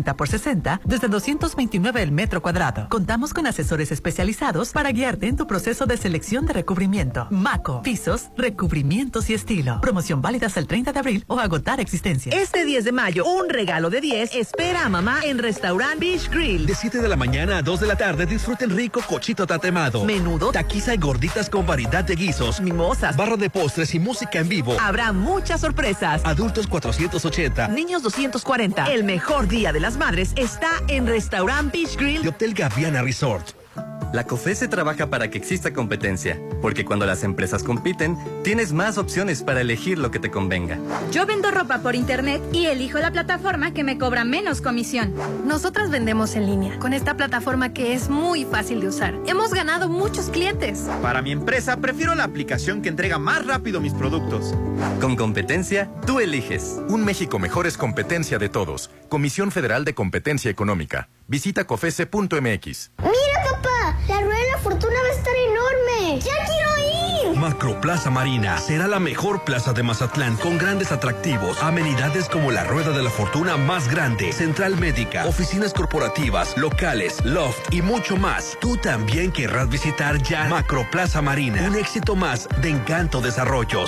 60x60 desde 229 el metro cuadrado. Contamos con asesores especializados para guiarte en tu proceso de selección de recubrimiento. Maco, pisos, recubrimientos y estilo. Promoción válida hasta el 30 de abril o agotar existencias. Este 10 de mayo, un regalo de 10 espera a mamá en Restaurant Beach Grill. De 7 de la mañana a 2 de la tarde disfruten rico cochito tatemado, menudo, taquiza y gorditas con variedad de guisos, mimosas, barra de postres y música en vivo. Habrá muchas sorpresas. Adultos 480, niños 240. El mejor día de las madres está en Restaurant Beach Grill de Hotel Gaviana Resort. La COFESE trabaja para que exista competencia, porque cuando las empresas compiten, tienes más opciones para elegir lo que te convenga. Yo vendo ropa por internet y elijo la plataforma que me cobra menos comisión. Nosotras vendemos en línea, con esta plataforma que es muy fácil de usar. Hemos ganado muchos clientes. Para mi empresa, prefiero la aplicación que entrega más rápido mis productos. Con competencia, tú eliges. Un México mejor es competencia de todos. Comisión Federal de Competencia Económica. Visita cofese.mx. ¡Mira, papá! La rueda de la fortuna va a estar enorme. ¡Ya quiero ir! Macroplaza Marina será la mejor plaza de Mazatlán con grandes atractivos, amenidades como la rueda de la fortuna más grande, central médica, oficinas corporativas, locales, loft y mucho más. Tú también querrás visitar ya Macroplaza Marina, un éxito más de Encanto Desarrollos.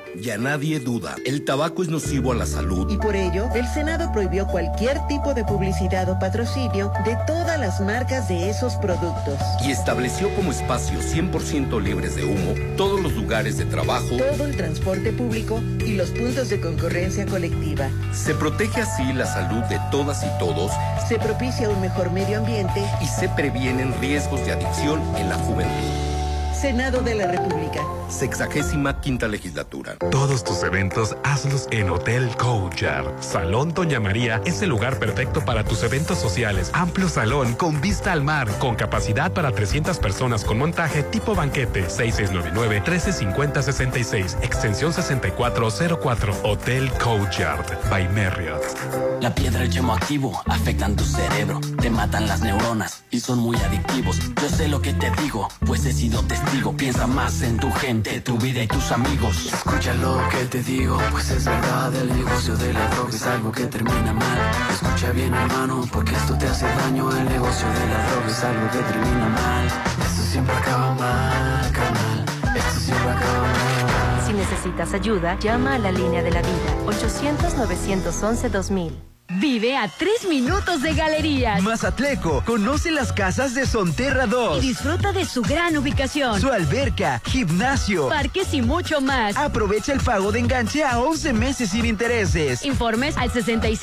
Ya nadie duda, el tabaco es nocivo a la salud. Y por ello, el Senado prohibió cualquier tipo de publicidad o patrocinio de todas las marcas de esos productos. Y estableció como espacios 100% libres de humo todos los lugares de trabajo, todo el transporte público y los puntos de concurrencia colectiva. Se protege así la salud de todas y todos. Se propicia un mejor medio ambiente. Y se previenen riesgos de adicción en la juventud. Senado de la República. 65ª Legislatura. Todos tus eventos hazlos en Hotel Couchard. Salón Doña María es el lugar perfecto para tus eventos sociales. Amplio salón con vista al mar, con capacidad para 300 personas con montaje tipo banquete. 6699-1350-66, extensión 6404. Hotel Couchard by Marriott. La piedra y el yemo activo afectan tu cerebro, te matan las neuronas y son muy adictivos. Yo sé lo que te digo, pues he sido testigo. Piensa más en tu gente, tu vida y tus amigos. Escucha lo que te digo, pues es verdad. El negocio de la droga es algo que termina mal. Escucha bien, hermano, porque esto te hace daño. El negocio de la droga es algo que termina mal. Esto siempre acaba mal, carnal. Esto siempre acaba mal. Si necesitas ayuda, llama a la línea de la vida. 800-911-2000. Vive a 3 minutos de Galerías Mazatleco. Conoce las casas de Sonterra 2 y disfruta de su gran ubicación, su alberca, gimnasio, parques y mucho más. Aprovecha el pago de enganche a 11 meses sin intereses. Informes al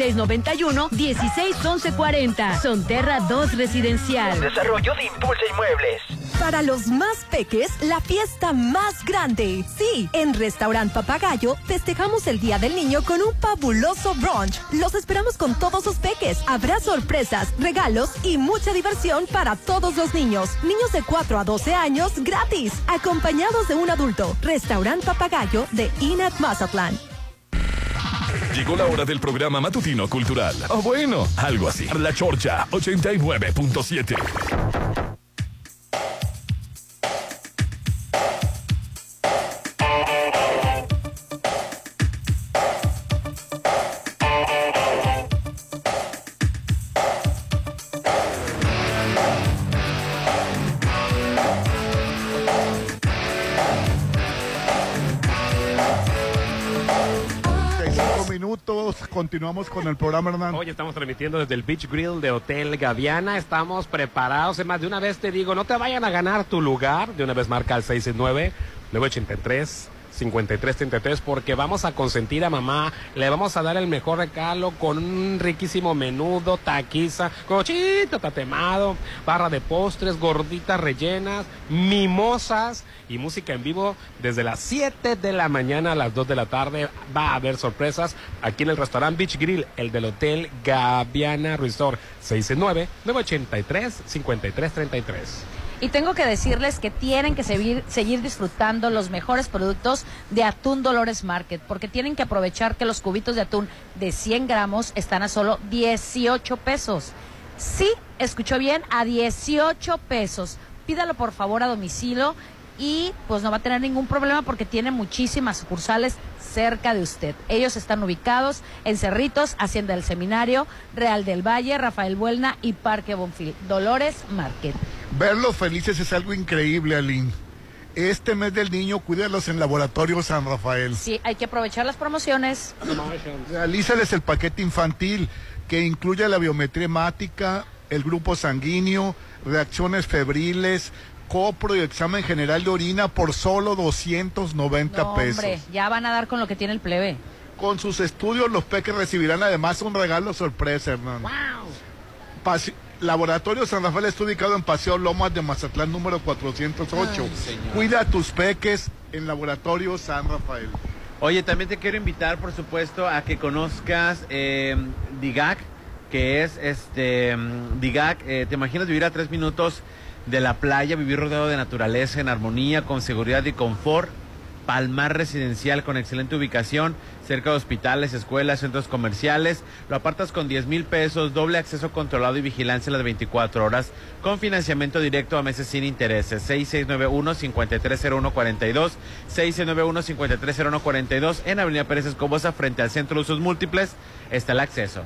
6691-161140. Sonterra 2 Residencial. Desarrollo de Impulsa Inmuebles. Para los más peques, la fiesta más grande. Sí, en Restaurant Papagayo festejamos el Día del Niño con un fabuloso brunch. Los esperamos con todos sus peques. Habrá sorpresas, regalos y mucha diversión para todos los niños. Niños de 4 a 12 años gratis, acompañados de un adulto. Restaurant Papagayo de INAT Mazatlán. Llegó la hora del programa matutino cultural. O bueno, algo así. La Chorcha 89.7. Continuamos con el programa, Hernán. Hoy estamos transmitiendo desde el Beach Grill de Hotel Gaviana. Estamos preparados. Además, de una vez te digo, no te vayan a ganar tu lugar. De una vez marca al 669-983-5333 porque vamos a consentir a mamá. Le vamos a dar el mejor regalo con un riquísimo menudo, taquiza, cochito tatemado, barra de postres, gorditas rellenas, mimosas y música en vivo desde las 7 de la mañana a las 2 de la tarde. Va a haber sorpresas aquí en el restaurante Beach Grill, el del Hotel Gaviana Resort. 669-983-5333. Y tengo que decirles que tienen que seguir disfrutando los mejores productos de Atún Dolores Market, porque tienen que aprovechar que los cubitos de atún de 100 gramos están a solo 18 pesos. Sí, escuchó bien, a 18 pesos. Pídalo por favor a domicilio y pues no va a tener ningún problema porque tiene muchísimas sucursales cerca de usted. Ellos están ubicados en Cerritos, Hacienda del Seminario, Real del Valle, Rafael Buelna y Parque Bonfil. Dolores Market. Verlos felices es algo increíble, Aline. Este mes del niño, cuídalos en Laboratorio San Rafael. Sí, hay que aprovechar las promociones. Realízales el paquete infantil que incluye la biometría hemática, el grupo sanguíneo, reacciones febriles, copro y examen general de orina por solo 290 pesos. Hombre, ya van a dar con lo que tiene el plebe. Con sus estudios, los peques recibirán además un regalo sorpresa, Hernán. ¡Wow! Laboratorio San Rafael está ubicado en Paseo Lomas de Mazatlán, número 408. Ay, cuida a tus peques en Laboratorio San Rafael. Oye, también te quiero invitar, por supuesto, a que conozcas DIGAC, que es DIGAC. ¿Te imaginas vivir a 3 minutos de la playa, vivir rodeado de naturaleza, en armonía, con seguridad y confort? Palmar Residencial, con excelente ubicación, cerca de hospitales, escuelas, centros comerciales. Lo apartas con 10,000 pesos, doble acceso controlado y vigilancia las 24 horas, con financiamiento directo a meses sin intereses. 6691-530142, 6691-530142, en Avenida Pérez Escobosa, frente al Centro de Usos Múltiples, está el acceso.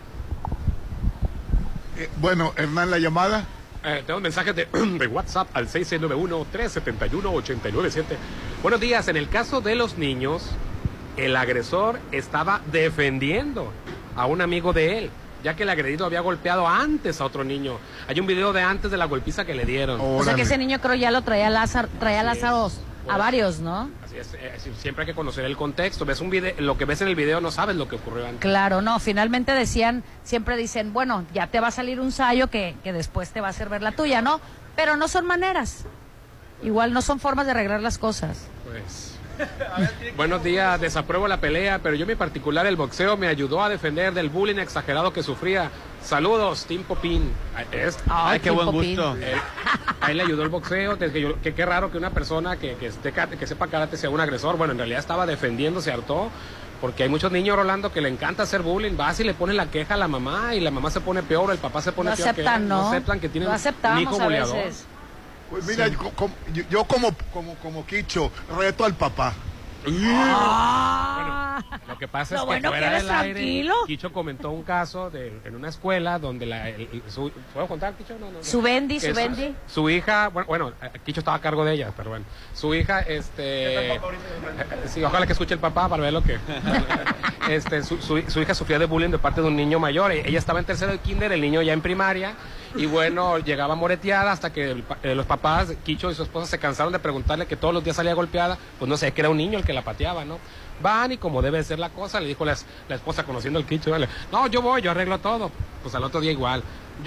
Bueno, Hernán, la llamada. Tengo un mensaje de WhatsApp al 6691-371-897. Buenos días. En el caso de los niños, el agresor estaba defendiendo a un amigo de él, ya que el agredido había golpeado antes a otro niño. Hay un video de antes de la golpiza que le dieron. O sea que ese niño creo ya lo traía Lázaro a varios, ¿no? Así es, siempre hay que conocer el contexto. Ves un video, lo que ves en el video no sabes lo que ocurrió antes. Claro, no, finalmente siempre dicen, bueno, ya te va a salir un sayo que después te va a hacer ver la tuya, ¿no? Pero no son maneras. Igual no son formas de arreglar las cosas. Pues... Buenos días, desapruebo la pelea, pero yo en mi particular el boxeo me ayudó a defender del bullying exagerado que sufría. Saludos, Tim Popín. Ay, qué buen gusto. A él le ayudó el boxeo, que qué raro que una persona que sepa karate sea un agresor. Bueno, en realidad estaba defendiendo, se hartó, porque hay muchos niños, Rolando, que le encanta hacer bullying. Vas y le ponen la queja a la mamá y la mamá se pone peor, o el papá se pone peor. No aceptan que tienen un hijo goleador. Pues mira, sí. yo como Quicho, reto al papá. Bueno, lo que pasa es que fuera del aire, tranquilo. Quicho comentó un caso en una escuela donde ¿puedo contar, Quicho? No. Su Bendy. Su hija, bueno, Quicho estaba a cargo de ella, pero bueno, su hija, sí, ojalá que escuche el papá para ver lo que, su hija sufría de bullying de parte de un niño mayor. Ella estaba en tercero de kinder, el niño ya en primaria. Y bueno, llegaba moreteada hasta que los papás, Quicho y su esposa, se cansaron de preguntarle que todos los días salía golpeada. Pues no sé, que era un niño el que la pateaba, ¿no? Van y como debe ser la cosa, le dijo la esposa conociendo al Quicho, ¿vale? No, yo arreglo todo. Pues al otro día igual.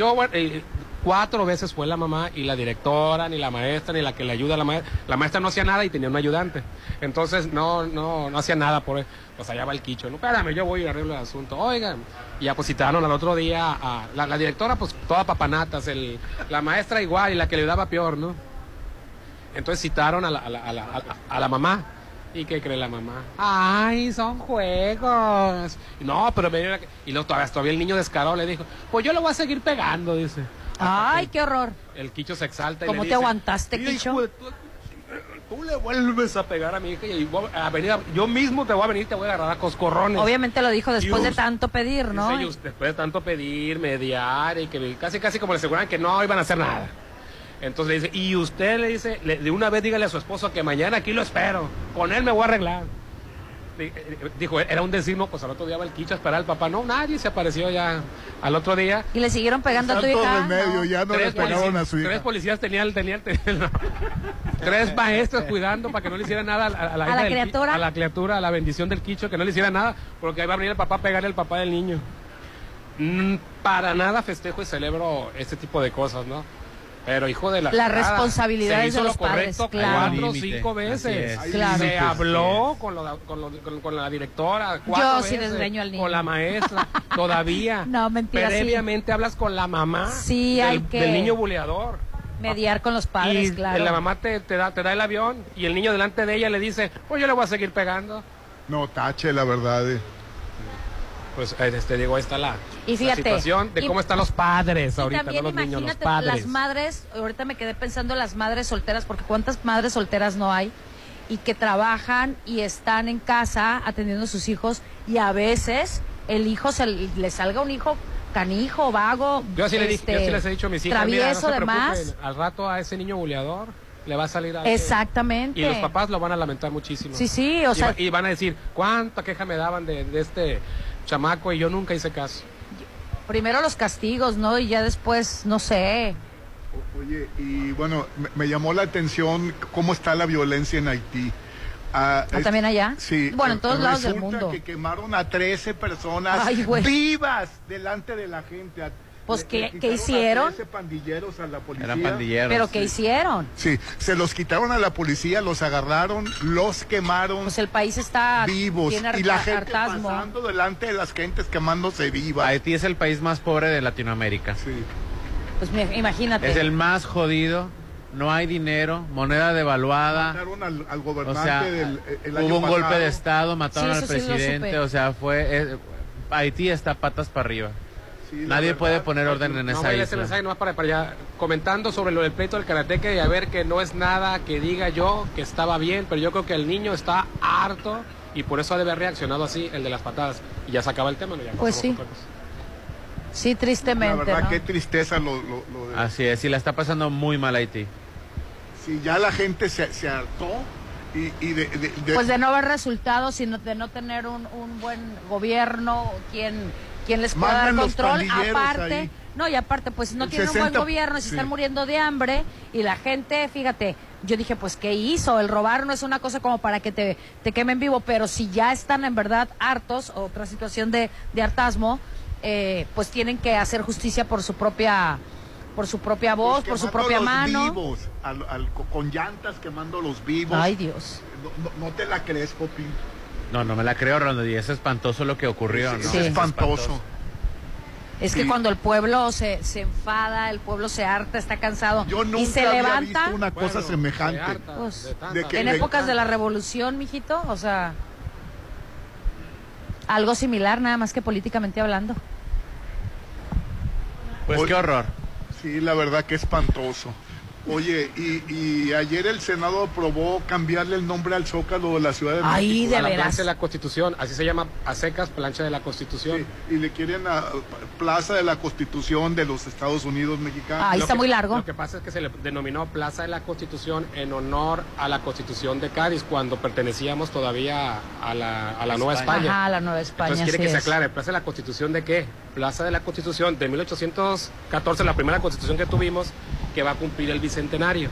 4 veces fue la mamá y la directora, ni la maestra, ni la que le ayuda a la maestra. La maestra no hacía nada y tenía un ayudante. Entonces no hacía nada por él. Pues allá va el Quicho, no, espérame, yo voy y arreglo el asunto. Oigan, y ya pues citaron al otro día a la directora, pues toda papanatas, la maestra igual y la que le daba peor, ¿no? Entonces citaron a la mamá. ¿Y qué cree la mamá? ¡Ay, son juegos! No, pero y luego todavía el niño descarado le dijo, pues yo lo voy a seguir pegando, dice. ¡Ay, qué horror! El Quicho se exalta y ¿Cómo le dice, te aguantaste, Quicho? Tú le vuelves a pegar a mi hija y yo mismo te voy a venir y te voy a agarrar a coscorrones. Obviamente lo dijo después de tanto pedir, ¿no? Dice, después de tanto pedir, mediar y que casi como le aseguraban que no iban a hacer nada. Entonces le dice, y usted le dice, de una vez dígale a su esposo que mañana aquí lo espero, con él me voy a arreglar. Dijo, era un decimo, pues al otro día va el Quicho a esperar al papá. No, nadie se apareció ya al otro día. ¿Y le siguieron pegando a tu hija? Remedio, ya no le pegaron a su hija. 3 policías tenían 3 maestros cuidando para que no le hiciera nada a la criatura. A la criatura, a la bendición del Quicho, que no le hiciera nada, porque ahí va a venir el papá a pegarle al papá del niño. Para nada festejo y celebro este tipo de cosas, ¿no? Pero hijo de la responsabilidad de los padres, claro. 4 o 5 veces. Claro. Se habló con la directora 4 veces. Yo sí desgreño al niño. Con la maestra, todavía. No, mentira. Previamente hablas con la mamá del niño buleador. Mediar con los padres, claro. Y la mamá te da el avión y el niño delante de ella le dice, pues yo le voy a seguir pegando. No, tache, la verdad. Pues digo, ahí está la situación de cómo están los padres ahorita, no los niños, los padres. Las madres, ahorita me quedé pensando las madres solteras, porque cuántas madres solteras no hay y que trabajan y están en casa atendiendo a sus hijos y a veces el hijo le salga un hijo canijo, vago, yo sí les he dicho a mis hijas, travieso, mira, no se demás. Al rato a ese niño buleador le va a salir a exactamente. Y los papás lo van a lamentar muchísimo. Sí, o sea, y van a decir, ¿cuánta queja me daban de este chamaco y yo nunca hice caso? Primero los castigos, ¿no? Y ya después, no sé. Oye, y bueno, me llamó la atención cómo está la violencia en Haití. ¿También allá? Sí. Bueno, en todos lados del mundo. Que quemaron a 13 personas vivas delante de la gente. Pues, ¿qué hicieron? 13 pandilleros a la policía. Eran pandilleros. ¿Pero qué hicieron? Sí, se los quitaron a la policía, los agarraron, los quemaron. Pues el país está vivos. Tiene y la gente hartazgo. pasando delante de las gentes quemándose vivas. Haití es el país más pobre de Latinoamérica. Sí. Pues imagínate. Es el más jodido. No hay dinero, moneda devaluada. Mataron al gobernante o sea, el año hubo un pasado. golpe de estado, mataron al presidente, sí o sea, Haití está patas para arriba. Sí, nadie puede poner orden en esa isla. Ese mensaje nomás para allá, comentando sobre lo del pleito del karateque y a ver que no es nada que diga yo que estaba bien, pero yo creo que el niño está harto y por eso debe haber reaccionado así, el de las patadas. Y ya se acaba el tema, ¿no? Ya pues sí. Sí, tristemente. La verdad, ¿no? qué tristeza lo de... Así es, y la está pasando muy mal Haití. Sí, ya la gente se hartó Pues de no haber resultados, sino de no tener un buen gobierno, quien les pueda dar control, aparte... Ahí. No, y aparte, pues no tienen un buen gobierno, se están muriendo de hambre, y la gente, fíjate, yo dije, pues, ¿qué hizo? El robar no es una cosa como para que te quemen vivo, pero si ya están en verdad hartos, otra situación de hartazmo, pues tienen que hacer justicia por su propia voz, por su propia mano. Vivos, con llantas quemando los vivos. Ay, Dios. No te la crees, Popín. No me la creo, Rolando, y es espantoso lo que ocurrió, ¿no? Sí. Es espantoso. Es que cuando el pueblo se enfada, el pueblo se harta, está cansado y se levanta. Había visto una cosa semejante. Pues, en épocas de la revolución, mijito, o sea, algo similar, nada más que políticamente hablando. Pues qué horror. Sí, la verdad que espantoso. Oye, y ayer el Senado aprobó cambiarle el nombre al Zócalo de la Ciudad de México. Ahí, de a la veras. plancha de la Constitución, así se llama a secas, plancha de la Constitución. Sí, y le quieren a Plaza de la Constitución de los Estados Unidos mexicanos. Ahí está muy largo. Lo que pasa es que se le denominó Plaza de la Constitución en honor a la Constitución de Cádiz, cuando pertenecíamos todavía a la Nueva España. Ajá, a la Nueva España. Entonces quiere que se aclare, ¿Plaza de la Constitución de qué? Plaza de la Constitución de 1814, la primera Constitución que tuvimos, que va a cumplir el bicentenario.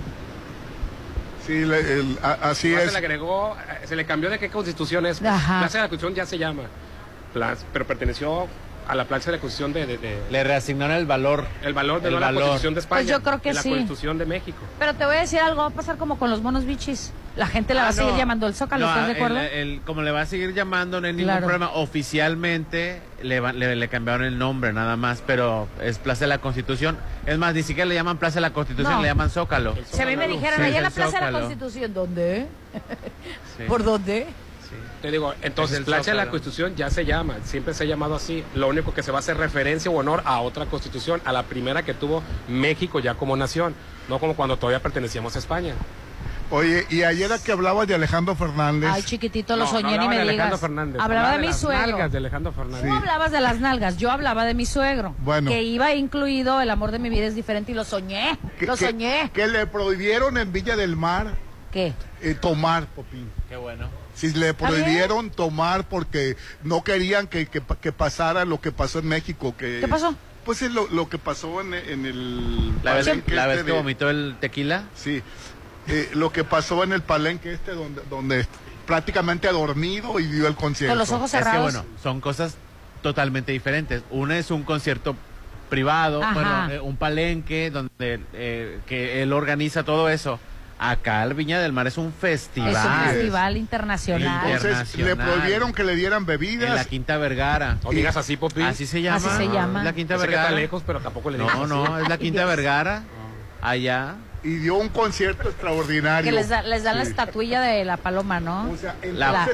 Sí, así es. Se le cambió de qué Constitución es. Ajá. Plaza de la Constitución ya se llama, pero perteneció a la plancha de la Constitución Le reasignaron el valor. El valor de la Constitución de España. Pues yo creo que de sí. La Constitución de México. Pero te voy a decir algo, va a pasar como con los monos bichis. La gente la va a seguir llamando el Zócalo, ¿estás de acuerdo? Como le va a seguir llamando, no hay ningún problema. Oficialmente le cambiaron el nombre nada más, pero es Plaza de la Constitución. Es más, ni siquiera le llaman Plaza de la Constitución, le llaman Zócalo. Si a mí me dijeran, allá en la Plaza de la Constitución, ¿dónde? Sí. ¿Por dónde? Te digo, entonces, plancha de la Constitución ya se llama, siempre se ha llamado así. Lo único que se va a hacer referencia o honor a otra Constitución, a la primera que tuvo México ya como nación, no como cuando todavía pertenecíamos a España. Oye, y ayer que hablabas de Alejandro Fernández. Ay, chiquitito, lo soñé, ni me digas. Hablaba de mi suegro. Nalgas de Alejandro Fernández. Tú hablabas de las nalgas, yo hablaba de mi suegro. Bueno. Que iba incluido El amor de mi vida es diferente y lo soñé. Soñé. Que le prohibieron en Villa del Mar. ¿Qué? Tomar, Popín. Qué bueno. Si le prohibieron tomar porque no querían que pasara lo que pasó en México. ¿Qué pasó? Pues es lo que pasó en el... ¿La vez que vomitó el tequila? Sí. Lo que pasó en el palenque donde prácticamente ha dormido y dio el concierto. Con los ojos cerrados. Es que, bueno, son cosas totalmente diferentes. Una es un concierto privado, un palenque donde que él organiza todo eso. Acá el Viña del Mar es un festival. Es un festival internacional. Entonces le prohibieron que le dieran bebidas. En la Quinta Vergara. O digas así, Popi. Así se llama. Así se llama. La Quinta Vergara. Está lejos, pero tampoco le digas No, es la Quinta Vergara. Allá. Y dio un concierto extraordinario. Que les da la estatuilla de la paloma, ¿no? O sea, la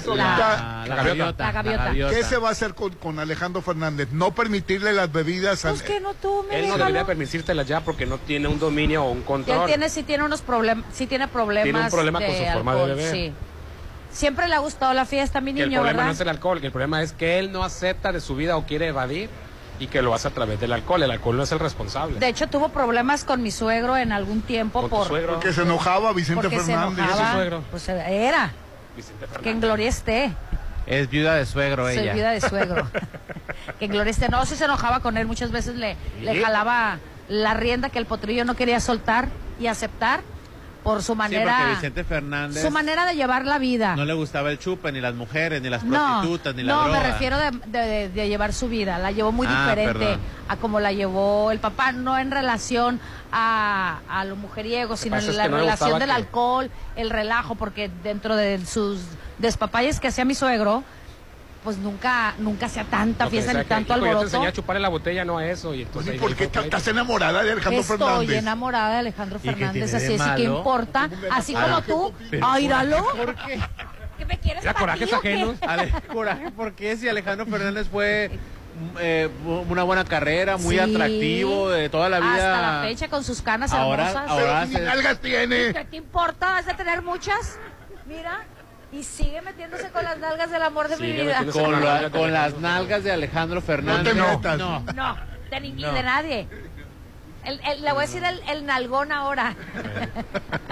gaviota. ¿Qué se va a hacer con Alejandro Fernández? No permitirle las bebidas. Pues que no tome. Él no debería permitírtelas ya porque no tiene un dominio o un control. Sí tiene unos problemas, tiene problemas. Tiene un problema con su forma de beber. Sí. Siempre le ha gustado la fiesta, mi niño, el problema ¿verdad? no es el alcohol, que el problema es que él no acepta de su vida o quiere evadir y que lo hace a través del alcohol. El alcohol no es el responsable. De hecho, tuvo problemas con mi suegro en algún tiempo porque se enojaba Vicente Fernández. Se enojaba, suegro. Pues era. Vicente Fernández. Que en gloria esté. Es viuda de suegro ella. Soy viuda de suegro. Que en gloria esté. No, si se enojaba con él, muchas veces le jalaba la rienda que el potrillo no quería soltar y aceptar por su manera. Sí, porque Vicente Fernández. Su manera de llevar la vida. No le gustaba el chupe, ni las mujeres, ni las prostitutas, ni la droga. No, me refiero de llevar su vida. La llevó muy diferente a como la llevó el papá, no en relación a lo mujeriego, sino en la relación del alcohol, el relajo, porque dentro de sus despapalles que hacía mi suegro, pues nunca hacía tanta fiesta ni tanto alboroto. Yo te enseñé a chuparle la botella, no a eso. Y entonces ¿por qué estás enamorada de Alejandro Fernández? Estoy enamorada de Alejandro Fernández, así es, ¿qué importa? Así como tú. ¡Aíralo! ¿Por qué? ¿Qué me quieres para corajes ajenos? ¿Coraje por qué? Si Alejandro Fernández fue una buena carrera, muy atractivo de toda la vida. Hasta la fecha con sus canas hermosas. Ahora ¿qué nalgas tiene? ¿Qué te importa? ¿Has de tener muchas? Mira. Y sigue metiéndose con las nalgas del amor de mi vida. Con las nalgas de Alejandro Fernández. No te metas. No, de nadie. Le voy a decir el nalgón ahora.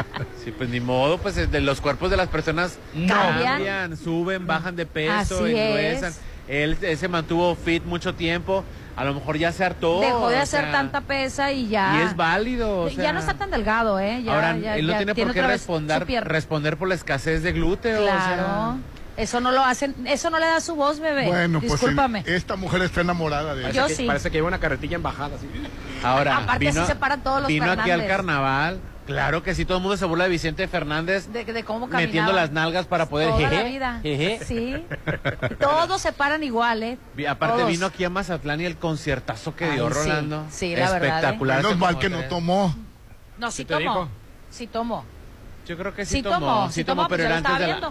Sí, pues ni modo, pues los cuerpos de las personas cambian, suben, bajan de peso, engruesan. Él se mantuvo fit mucho tiempo. A lo mejor ya se hartó. Dejó de hacer tanta pesa y ya. Y es válido. O sea, ya no está tan delgado, ¿eh? Ya, ahora, ya, él no ya tiene por qué responder por la escasez de glúteo. Claro. O sea, eso no lo hacen, eso no le da su voz, bebé. Bueno, discúlpame. Pues esta mujer está enamorada de él. Yo sí. Parece que lleva una carretilla en bajada. ¿Sí? Ahora, aparte así se paran todos los vino Fernández. Aquí al carnaval. Claro que sí, todo el mundo se burla de Vicente Fernández. De cómo caminaba. Metiendo las nalgas para poder... Toda la vida. Sí. Todos se paran igual, ¿eh? Aparte todos. vino aquí a Mazatlán y el conciertazo que dio Rolando. Sí, la verdad. Espectacular. Menos mal que no tomó. No, sí tomó. Sí tomó. Yo creo que sí tomó. Sí tomó, pero era antes de la...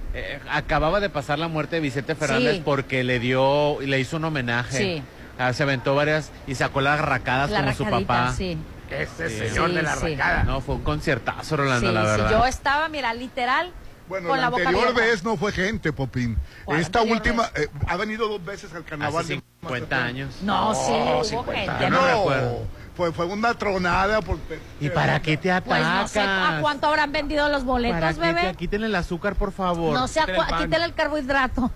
acababa de pasar la muerte de Vicente Fernández porque le hizo un homenaje. Sí. Se aventó varias y sacó las racadas como su papá. Sí. Ese señor de la racada. No, fue un conciertazo, Rolando, la verdad. Sí, yo estaba, mira, literal, bueno, con la boca abierta. La anterior vez no fue gente, Popín. Esta última, ha venido 2 veces al carnaval. Hace 50 años. No, sí, hubo gente. No me acuerdo. Fue una tronada. ¿Y para qué te atacas? Pues no sé a cuánto habrán vendido los boletos, bebé. Quítenle el azúcar, por favor. No sé, quítenle el carbohidrato.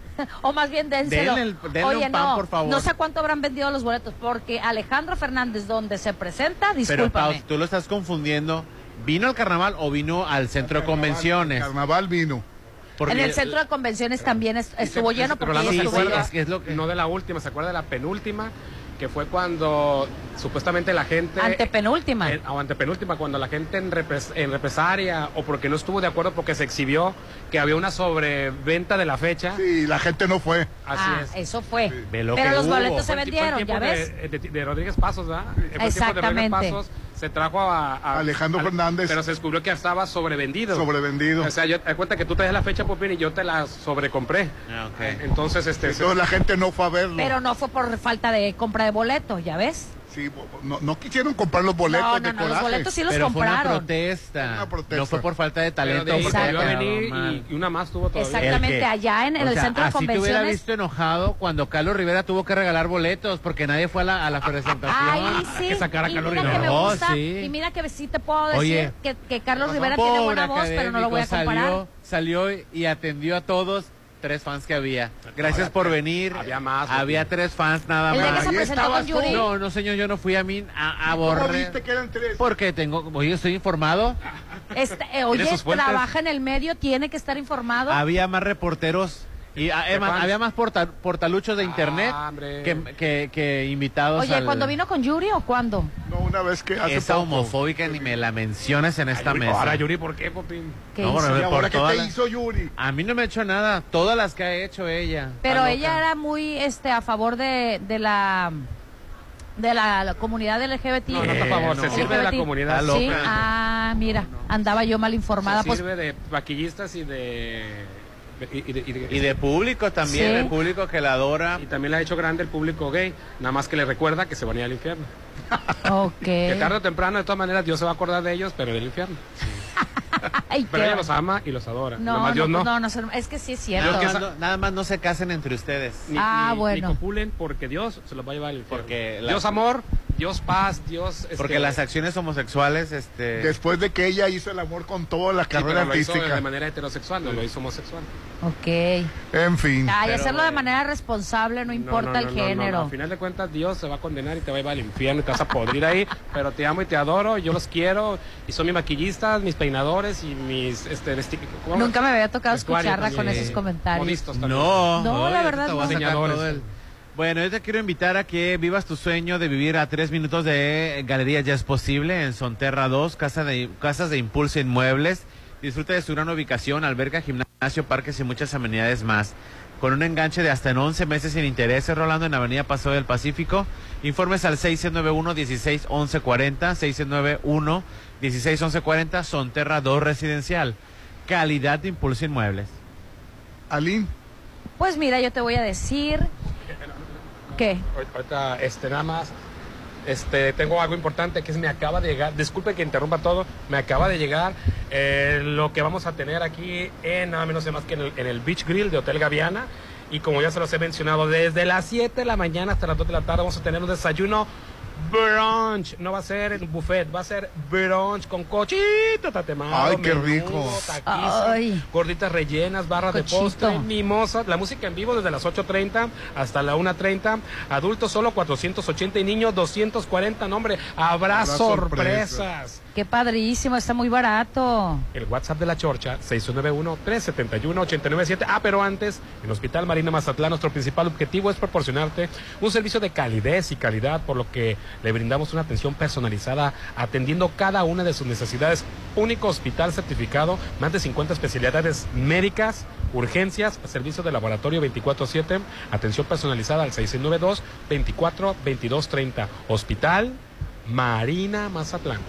O más bien dénselo. Denle Oye, un pan, por favor. No sé a cuánto habrán vendido los boletos, porque Alejandro Fernández, donde se presenta, discúlpame. Pero, Pau, tú lo estás confundiendo. ¿Vino al carnaval o vino al centro de convenciones? Carnaval vino. Porque en el centro de convenciones también estuvo lleno, porque no de la última, ¿se acuerda de la penúltima? Que fue cuando supuestamente la gente... Antepenúltima. Antepenúltima, cuando la gente en represalia o porque no estuvo de acuerdo porque se exhibió que había una sobreventa de la fecha. Sí, la gente no fue. Así es. Eso fue. Pero los boletos se vendieron, ¿ya ves? De Rodríguez Pasos, ¿verdad? Exactamente. De Rodríguez Pasos se trajo a Alejandro Fernández. Pero se descubrió que estaba sobrevendido. Sobrevendido. O sea, yo te cuenta que tú traes la fecha, Popín, y yo te la sobrecompré. Okay. Entonces, la gente no fue a verlo. Pero no fue por falta de compra de boletos, ¿ya ves? Sí, no quisieron comprar los boletos de coraje. Los boletos sí los pero compraron. Fue una protesta. No fue por falta de talento. Pero volvió a venir y una más tuvo todavía. Exactamente, allá en el centro de convenciones. Así te hubiera visto enojado cuando Carlos Rivera tuvo que regalar boletos porque nadie fue a la presentación. Ay, sí. Que sacar a Carlos Rivera. Que me gusta, y mira que sí te puedo decir que Carlos Rivera tiene buena voz, pero no lo voy a comparar. Salió y atendió a todos. 3 fans que había. Gracias por venir. Había más. Había 3 fans nada más. ¿El de que se presentó con Yuri? No, señor, yo no fui a mí a borrar. ¿Cómo viste que eran 3? Porque estoy informado. Oye, trabaja en el medio, tiene que estar informado. Había más reporteros. Y había más portaluchos de internet que invitados. Oye, ¿cuándo vino con Yuri o cuándo? No, una vez que hace Esa poco. Homofóbica ni me la menciones en esta mesa. Ahora, Yuri, ¿por qué, Popín? ¿Qué hizo? ¿Qué te hizo Yuri? A mí no me ha hecho nada. Todas las que ha hecho ella. Pero ella era muy a favor de la comunidad LGBT. No está a favor, se sirve de la comunidad. Sí, mira, andaba yo mal informada. Se sirve de vaquillistas y de... Y de público también, el público que la adora. Y también le ha hecho grande el público gay, nada más que le recuerda que se van a ir al infierno. Ok. Que tarde o temprano, de todas maneras, Dios se va a acordar de ellos, pero del infierno. Ay, pero ella los ama y los adora. No, Dios no. No, es que sí es cierto. Nada más no se casen entre ustedes. Bueno. Ni copulen porque Dios se los va a llevar al infierno. Porque Dios amor, Dios paz, Dios... Porque las acciones homosexuales... Después de que ella hizo el amor con toda la carrera artística. Lo hizo de manera heterosexual, no lo hizo homosexual. Ok. En fin. Y hacerlo de manera responsable, no importa el género. Al final de cuentas, Dios se va a condenar y te va a llevar al infierno y te vas a podrir ahí. Pero te amo y te adoro, yo los quiero. Y son mis maquillistas, mis peinadores y mis... Nunca me había tocado escucharla con esos comentarios. No, la verdad no. Bueno, yo te quiero invitar a que vivas tu sueño de vivir a 3 minutos de Galería Ya es Posible en Sonterra 2, casas de Impulso Inmuebles. Disfruta de su gran ubicación, alberca, gimnasio, parques y muchas amenidades más. Con un enganche de hasta en 11 meses sin intereses, Rolando, en Avenida Paseo del Pacífico. Informes al 691-161140, 691-161140, Sonterra 2 Residencial. Calidad de Impulso Inmuebles. Aline. Pues mira, yo te voy a decir... ¿Qué? Ahorita, nada más, tengo algo importante que me acaba de llegar, disculpe que interrumpa todo, me acaba de llegar lo que vamos a tener aquí en nada menos y más que en el Beach Grill de Hotel Gaviana, y como ya se los he mencionado, desde las 7 de la mañana hasta las 2 de la tarde vamos a tener un desayuno brunch. No va a ser buffet, va a ser brunch con cochito tatemado. Ay, qué menudo, rico. taquiza, Ay. gorditas rellenas, barra de postre, mimosas. La música en vivo desde las 8:30 hasta la 1:30. Adultos solo 480 y niños 240. No, hombre, habrá sorpresas. Qué padrísimo, está muy barato. El WhatsApp de la Chorcha, 691-371-897. Pero antes, en Hospital Marina Mazatlán, nuestro principal objetivo es proporcionarte un servicio de calidez y calidad, por lo que le brindamos una atención personalizada, atendiendo cada una de sus necesidades. Único hospital certificado, más de 50 especialidades médicas, urgencias, servicio de laboratorio 24/7, atención personalizada al 692-24-2230. Hospital Marina Mazatlán.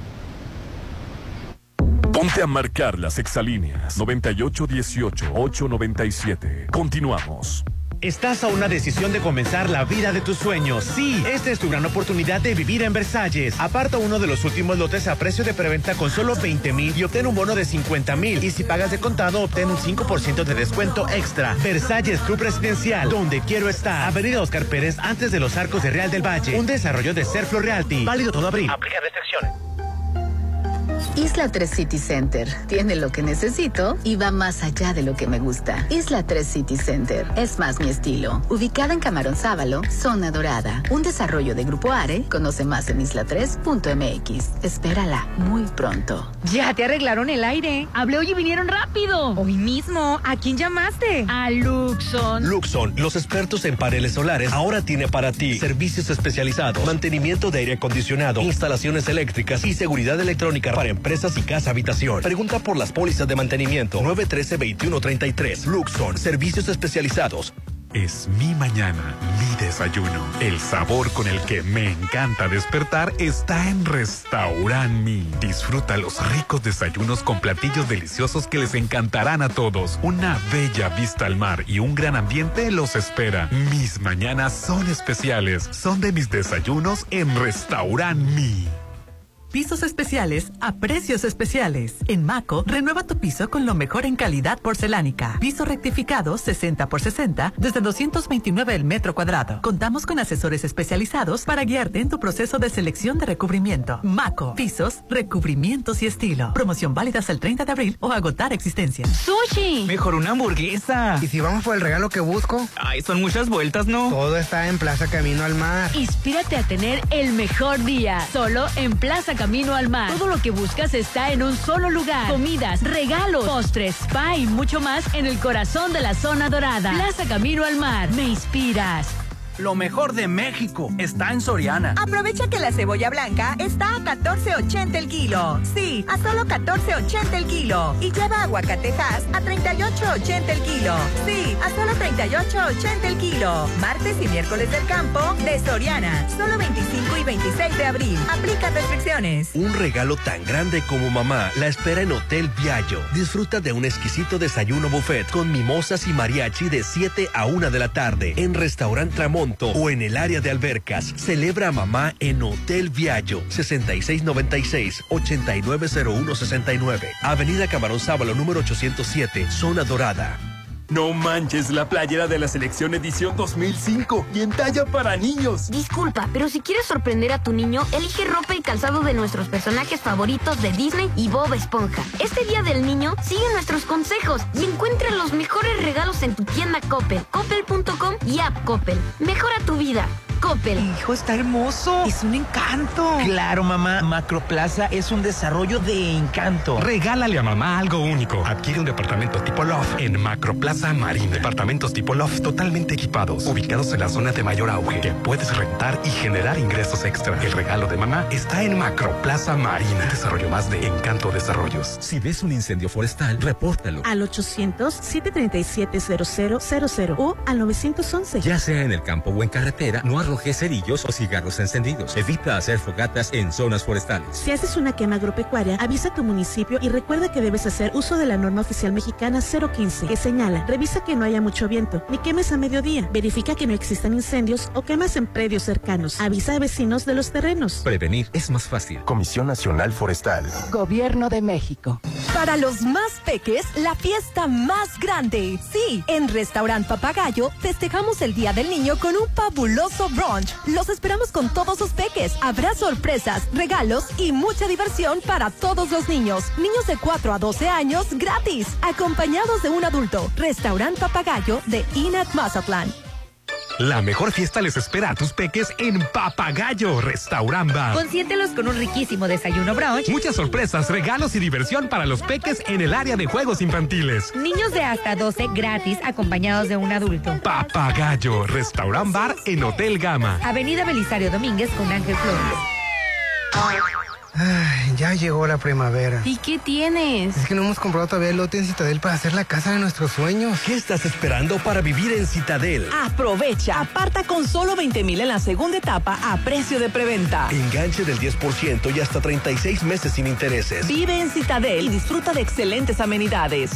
Ponte a marcar las exalíneas 9818-897. Continuamos. Estás a una decisión de comenzar la vida de tus sueños. Sí, esta es tu gran oportunidad de vivir en Versalles. Aparta uno de los últimos lotes a precio de preventa con solo 20,000 y obtén un bono de 50,000. Y si pagas de contado, obtén un 5% de descuento extra. Versalles Club Residencial, donde quiero estar. Avenida Oscar Pérez, antes de los Arcos de Real del Valle. Un desarrollo de Serflo Realty. Válido todo abril. Aplica restricciones. Isla 3 City Center tiene lo que necesito y va más allá de lo que me gusta. Isla 3 City Center es más mi estilo. Ubicada en Camarón Sábalo, Zona Dorada. Un desarrollo de Grupo Are. Conoce más en isla3.mx. Espérala muy pronto. Ya te arreglaron el aire. Hablé hoy y vinieron rápido. Hoy mismo. ¿A quién llamaste? A Luxon. Luxon, los expertos en paneles solares, ahora tiene para ti servicios especializados, mantenimiento de aire acondicionado, instalaciones eléctricas y seguridad electrónica para empresas y casa habitación. Pregunta por las pólizas de mantenimiento. 913-2133. Luxon, servicios especializados. Es mi mañana, mi desayuno. El sabor con el que me encanta despertar está en Restaurant Mi. Disfruta los ricos desayunos con platillos deliciosos que les encantarán a todos. Una bella vista al mar y un gran ambiente los espera. Mis mañanas son especiales. Son de mis desayunos en Restaurant Mi. Pisos especiales a precios especiales. En Maco, renueva tu piso con lo mejor en calidad porcelánica. Piso rectificado 60x60 desde 229 el metro cuadrado. Contamos con asesores especializados para guiarte en tu proceso de selección de recubrimiento. Maco, pisos, recubrimientos y estilo. Promoción válida hasta el 30 de abril o agotar existencias. ¡Sushi! Mejor una hamburguesa. ¿Y si vamos por el regalo que busco? Ay, son muchas vueltas, ¿no? Todo está en Plaza Camino al Mar. Inspírate a tener el mejor día. Solo en Plaza Camino al Mar. Todo lo que buscas está en un solo lugar. Comidas, regalos, postres, spa y mucho más en el corazón de la Zona Dorada. Plaza Camino al Mar. Me inspiras. Lo mejor de México está en Soriana. Aprovecha que la cebolla blanca está a $14.80 el kilo. Sí, a solo $14.80 el kilo. Y lleva aguacatejas a $38.80 el kilo. Sí, a solo $38.80 el kilo. Martes y miércoles del campo de Soriana. Solo 25 y 26 de abril. Aplica restricciones. Un regalo tan grande como mamá la espera en Hotel Viallo. Disfruta de un exquisito desayuno buffet con mimosas y mariachi de 7 a 1 de la tarde en Restaurant Tramonto o en el área de albercas. Celebra a mamá en Hotel Viallo, 6696-890169. Avenida Camarón Sábalo, número 807, Zona Dorada. No manches, la playera de la selección edición 2005 y en talla para niños. Disculpa, pero si quieres sorprender a tu niño, elige ropa y calzado de nuestros personajes favoritos de Disney y Bob Esponja. Este Día del Niño, sigue nuestros consejos y encuentra los mejores regalos en tu tienda Coppel, coppel.com y app Coppel. Mejora tu vida. Coppel. Hijo, está hermoso. Es un encanto. Claro, mamá. Macroplaza es un desarrollo de encanto. Regálale a mamá algo único. Adquiere un departamento tipo loft en Macroplaza Marina. Departamentos tipo loft totalmente equipados, ubicados en la zona de mayor auge, que puedes rentar y generar ingresos extra. El regalo de mamá está en Macroplaza Marina. Un desarrollo más de Encanto Desarrollos. Si ves un incendio forestal, repórtalo. Al 800-737-0000 o al 911. Ya sea en el campo o en carretera, no arrojes cerillos o cigarros encendidos. Evita hacer fogatas en zonas forestales. Si haces una quema agropecuaria, avisa a tu municipio y recuerda que debes hacer uso de la norma oficial mexicana 015, que señala: revisa que no haya mucho viento, ni quemes a mediodía, verifica que no existan incendios o quemas en predios cercanos, avisa a vecinos de los terrenos. Prevenir es más fácil. Comisión Nacional Forestal. Gobierno de México. Para los más peques, la fiesta más grande. Sí, en Restaurant Papagayo festejamos el Día del Niño con un fabuloso brunch. Los esperamos con todos sus peques. Habrá sorpresas, regalos y mucha diversión para todos los niños. Niños de 4 a 12 años gratis, acompañados de un adulto. Restaurant Papagayo de INAT Mazatlán. La mejor fiesta les espera a tus peques en Papagayo Restaurant Bar. Consiéntelos con un riquísimo desayuno brunch. Muchas sorpresas, regalos y diversión para los peques en el área de juegos infantiles. Niños de hasta 12 gratis, acompañados de un adulto. Papagayo Restaurant Bar en Hotel Gama. Avenida Belisario Domínguez con Ángel Flores. Ay, ya llegó la primavera. ¿Y qué tienes? Es que no hemos comprado todavía el lote en Citadel para hacer la casa de nuestros sueños. ¿Qué estás esperando para vivir en Citadel? Aprovecha, aparta con solo 20,000 en la segunda etapa a precio de preventa. Enganche del 10% y hasta 36 meses sin intereses. Vive en Citadel y disfruta de excelentes amenidades.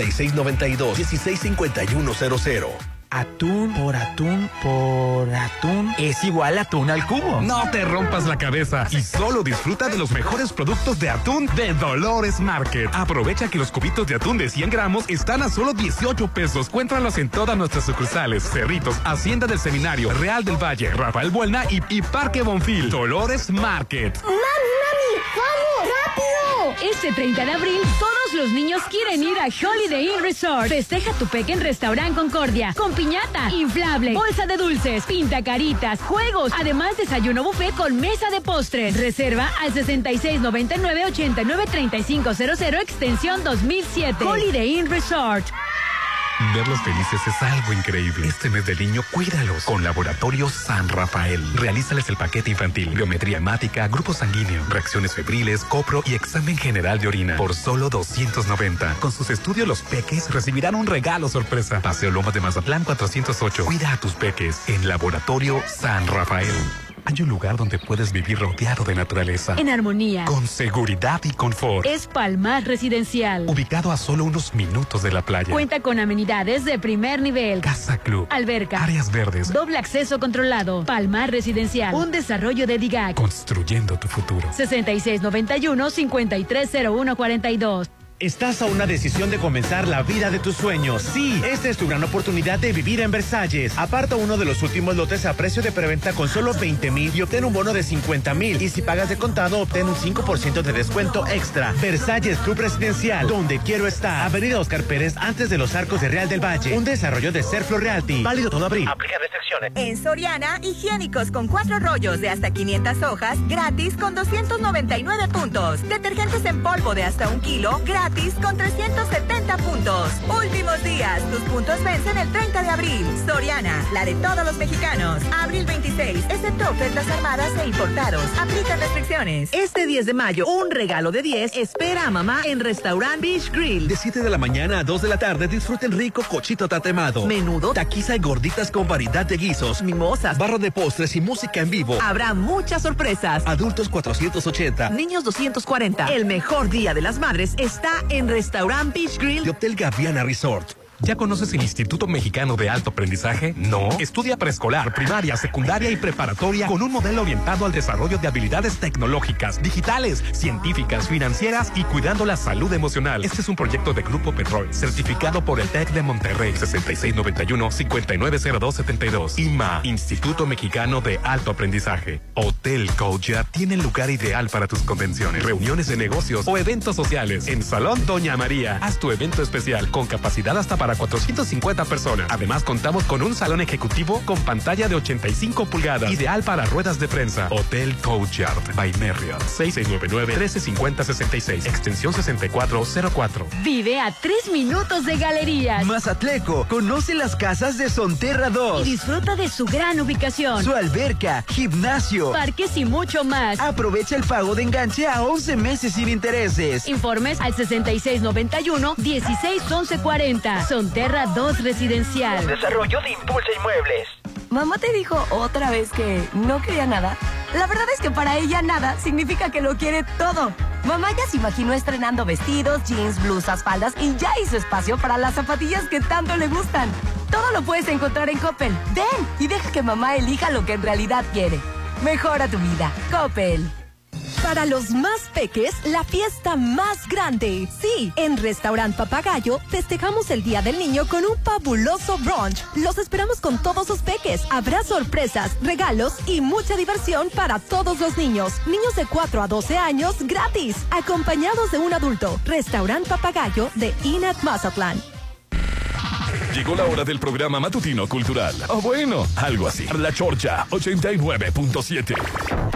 6692-165100. Atún por atún por atún es igual a atún al cubo. No te rompas la cabeza y solo disfruta de los mejores productos de atún de Dolores Market. Aprovecha que los cubitos de atún de 100 gramos están a solo 18 pesos. Cuéntralos en todas nuestras sucursales: Cerritos, Hacienda del Seminario, Real del Valle, Rafael Buelna y Parque Bonfil. Dolores Market. ¡Mami! ¡Vamos! ¡Rápido! Este 30 de abril, todos los niños quieren ir a Holiday Inn Resort. Festeja tu peque en Restaurant Concordia, con piñata, inflable, bolsa de dulces, pinta-caritas, juegos, además desayuno buffet con mesa de postres. Reserva al 6699-893500, extensión 2007. Holiday Inn Resort. Verlos felices es algo increíble. Este mes del niño, cuídalos con Laboratorio San Rafael. Realízales el paquete infantil, biometría hemática, grupo sanguíneo, reacciones febriles, copro y examen general de orina por solo 290. Con sus estudios, los peques recibirán un regalo sorpresa. Paseo Lomas de Mazatlán 408. Cuida a tus peques en Laboratorio San Rafael. Hay un lugar donde puedes vivir rodeado de naturaleza. En armonía. Con seguridad y confort. Es Palmar Residencial. Ubicado a solo unos minutos de la playa. Cuenta con amenidades de primer nivel. Casa Club. Alberca. Áreas verdes. Doble acceso controlado. Palmar Residencial. Un desarrollo de DIGAC. Construyendo tu futuro. 6691-530142. Estás a una decisión de comenzar la vida de tus sueños. Sí, esta es tu gran oportunidad de vivir en Versalles. Aparta uno de los últimos lotes a precio de preventa con solo 20,000 y obtén un bono de 50,000. Y si pagas de contado, obtén un 5% de descuento extra. Versalles Club Residencial, donde quiero estar. Avenida Oscar Pérez, antes de los Arcos de Real del Valle. Un desarrollo de Serflo Realty. Válido todo abril. Aplica restricciones. En Soriana, higiénicos con 4 rollos de hasta 500 hojas, gratis con 299 puntos. Detergentes en polvo de hasta 1 kilo, gratis con 370 puntos. Últimos días, tus puntos vencen el 30 de abril. Soriana, la de todos los mexicanos. Abril 26, excepto ofertas armadas e importados. Aplican restricciones. Este 10 de mayo, un regalo de 10 espera a mamá en Restaurant Beach Grill. De 7 de la mañana a 2 de la tarde disfruten rico cochito tatemado, menudo, taquiza y gorditas con variedad de guisos, mimosas, barra de postres y música en vivo. Habrá muchas sorpresas. Adultos 480, niños 240. El mejor día de las madres está en Restaurant Beach Grill de Hotel Gaviana Resort. ¿Ya conoces el Instituto Mexicano de Alto Aprendizaje? ¿No? Estudia preescolar, primaria, secundaria y preparatoria con un modelo orientado al desarrollo de habilidades tecnológicas, digitales, científicas, financieras y cuidando la salud emocional. Este es un proyecto de Grupo Petrol, certificado por el TEC de Monterrey, 6691-590272. IMA, Instituto Mexicano de Alto Aprendizaje. Hotel Cocha tiene el lugar ideal para tus convenciones, reuniones de negocios o eventos sociales. En Salón Doña María, haz tu evento especial con capacidad hasta para 450 personas. Además, contamos con un salón ejecutivo con pantalla de 85 pulgadas, ideal para ruedas de prensa. Hotel Courtyard by Marriott, 6699-1350-66, extensión 6404. Vive a 3 minutos de Galerías Mazatleco. Conoce las casas de Sonterra 2 y disfruta de su gran ubicación, su alberca, gimnasio, parques y mucho más. Aprovecha el pago de enganche a 11 meses sin intereses. Informes al 6691-161140. Sonterra 2 Residencial. Desarrollo de Impulsa Inmuebles. ¿Mamá te dijo otra vez que no quería nada? La verdad es que para ella nada significa que lo quiere todo. Mamá ya se imaginó estrenando vestidos, jeans, blusas, faldas y ya hizo espacio para las zapatillas que tanto le gustan. Todo lo puedes encontrar en Coppel. Ven y deja que mamá elija lo que en realidad quiere. Mejora tu vida. Coppel. Para los más peques, la fiesta más grande. Sí, en Restaurant Papagayo festejamos el Día del Niño con un fabuloso brunch. Los esperamos con todos sus peques. Habrá sorpresas, regalos y mucha diversión para todos los niños. Niños de 4 a 12 años gratis, acompañados de un adulto. Restaurant Papagayo de INAT Mazatlán. Llegó la hora del programa matutino cultural. O bueno, algo así. La Chorcha 89.7.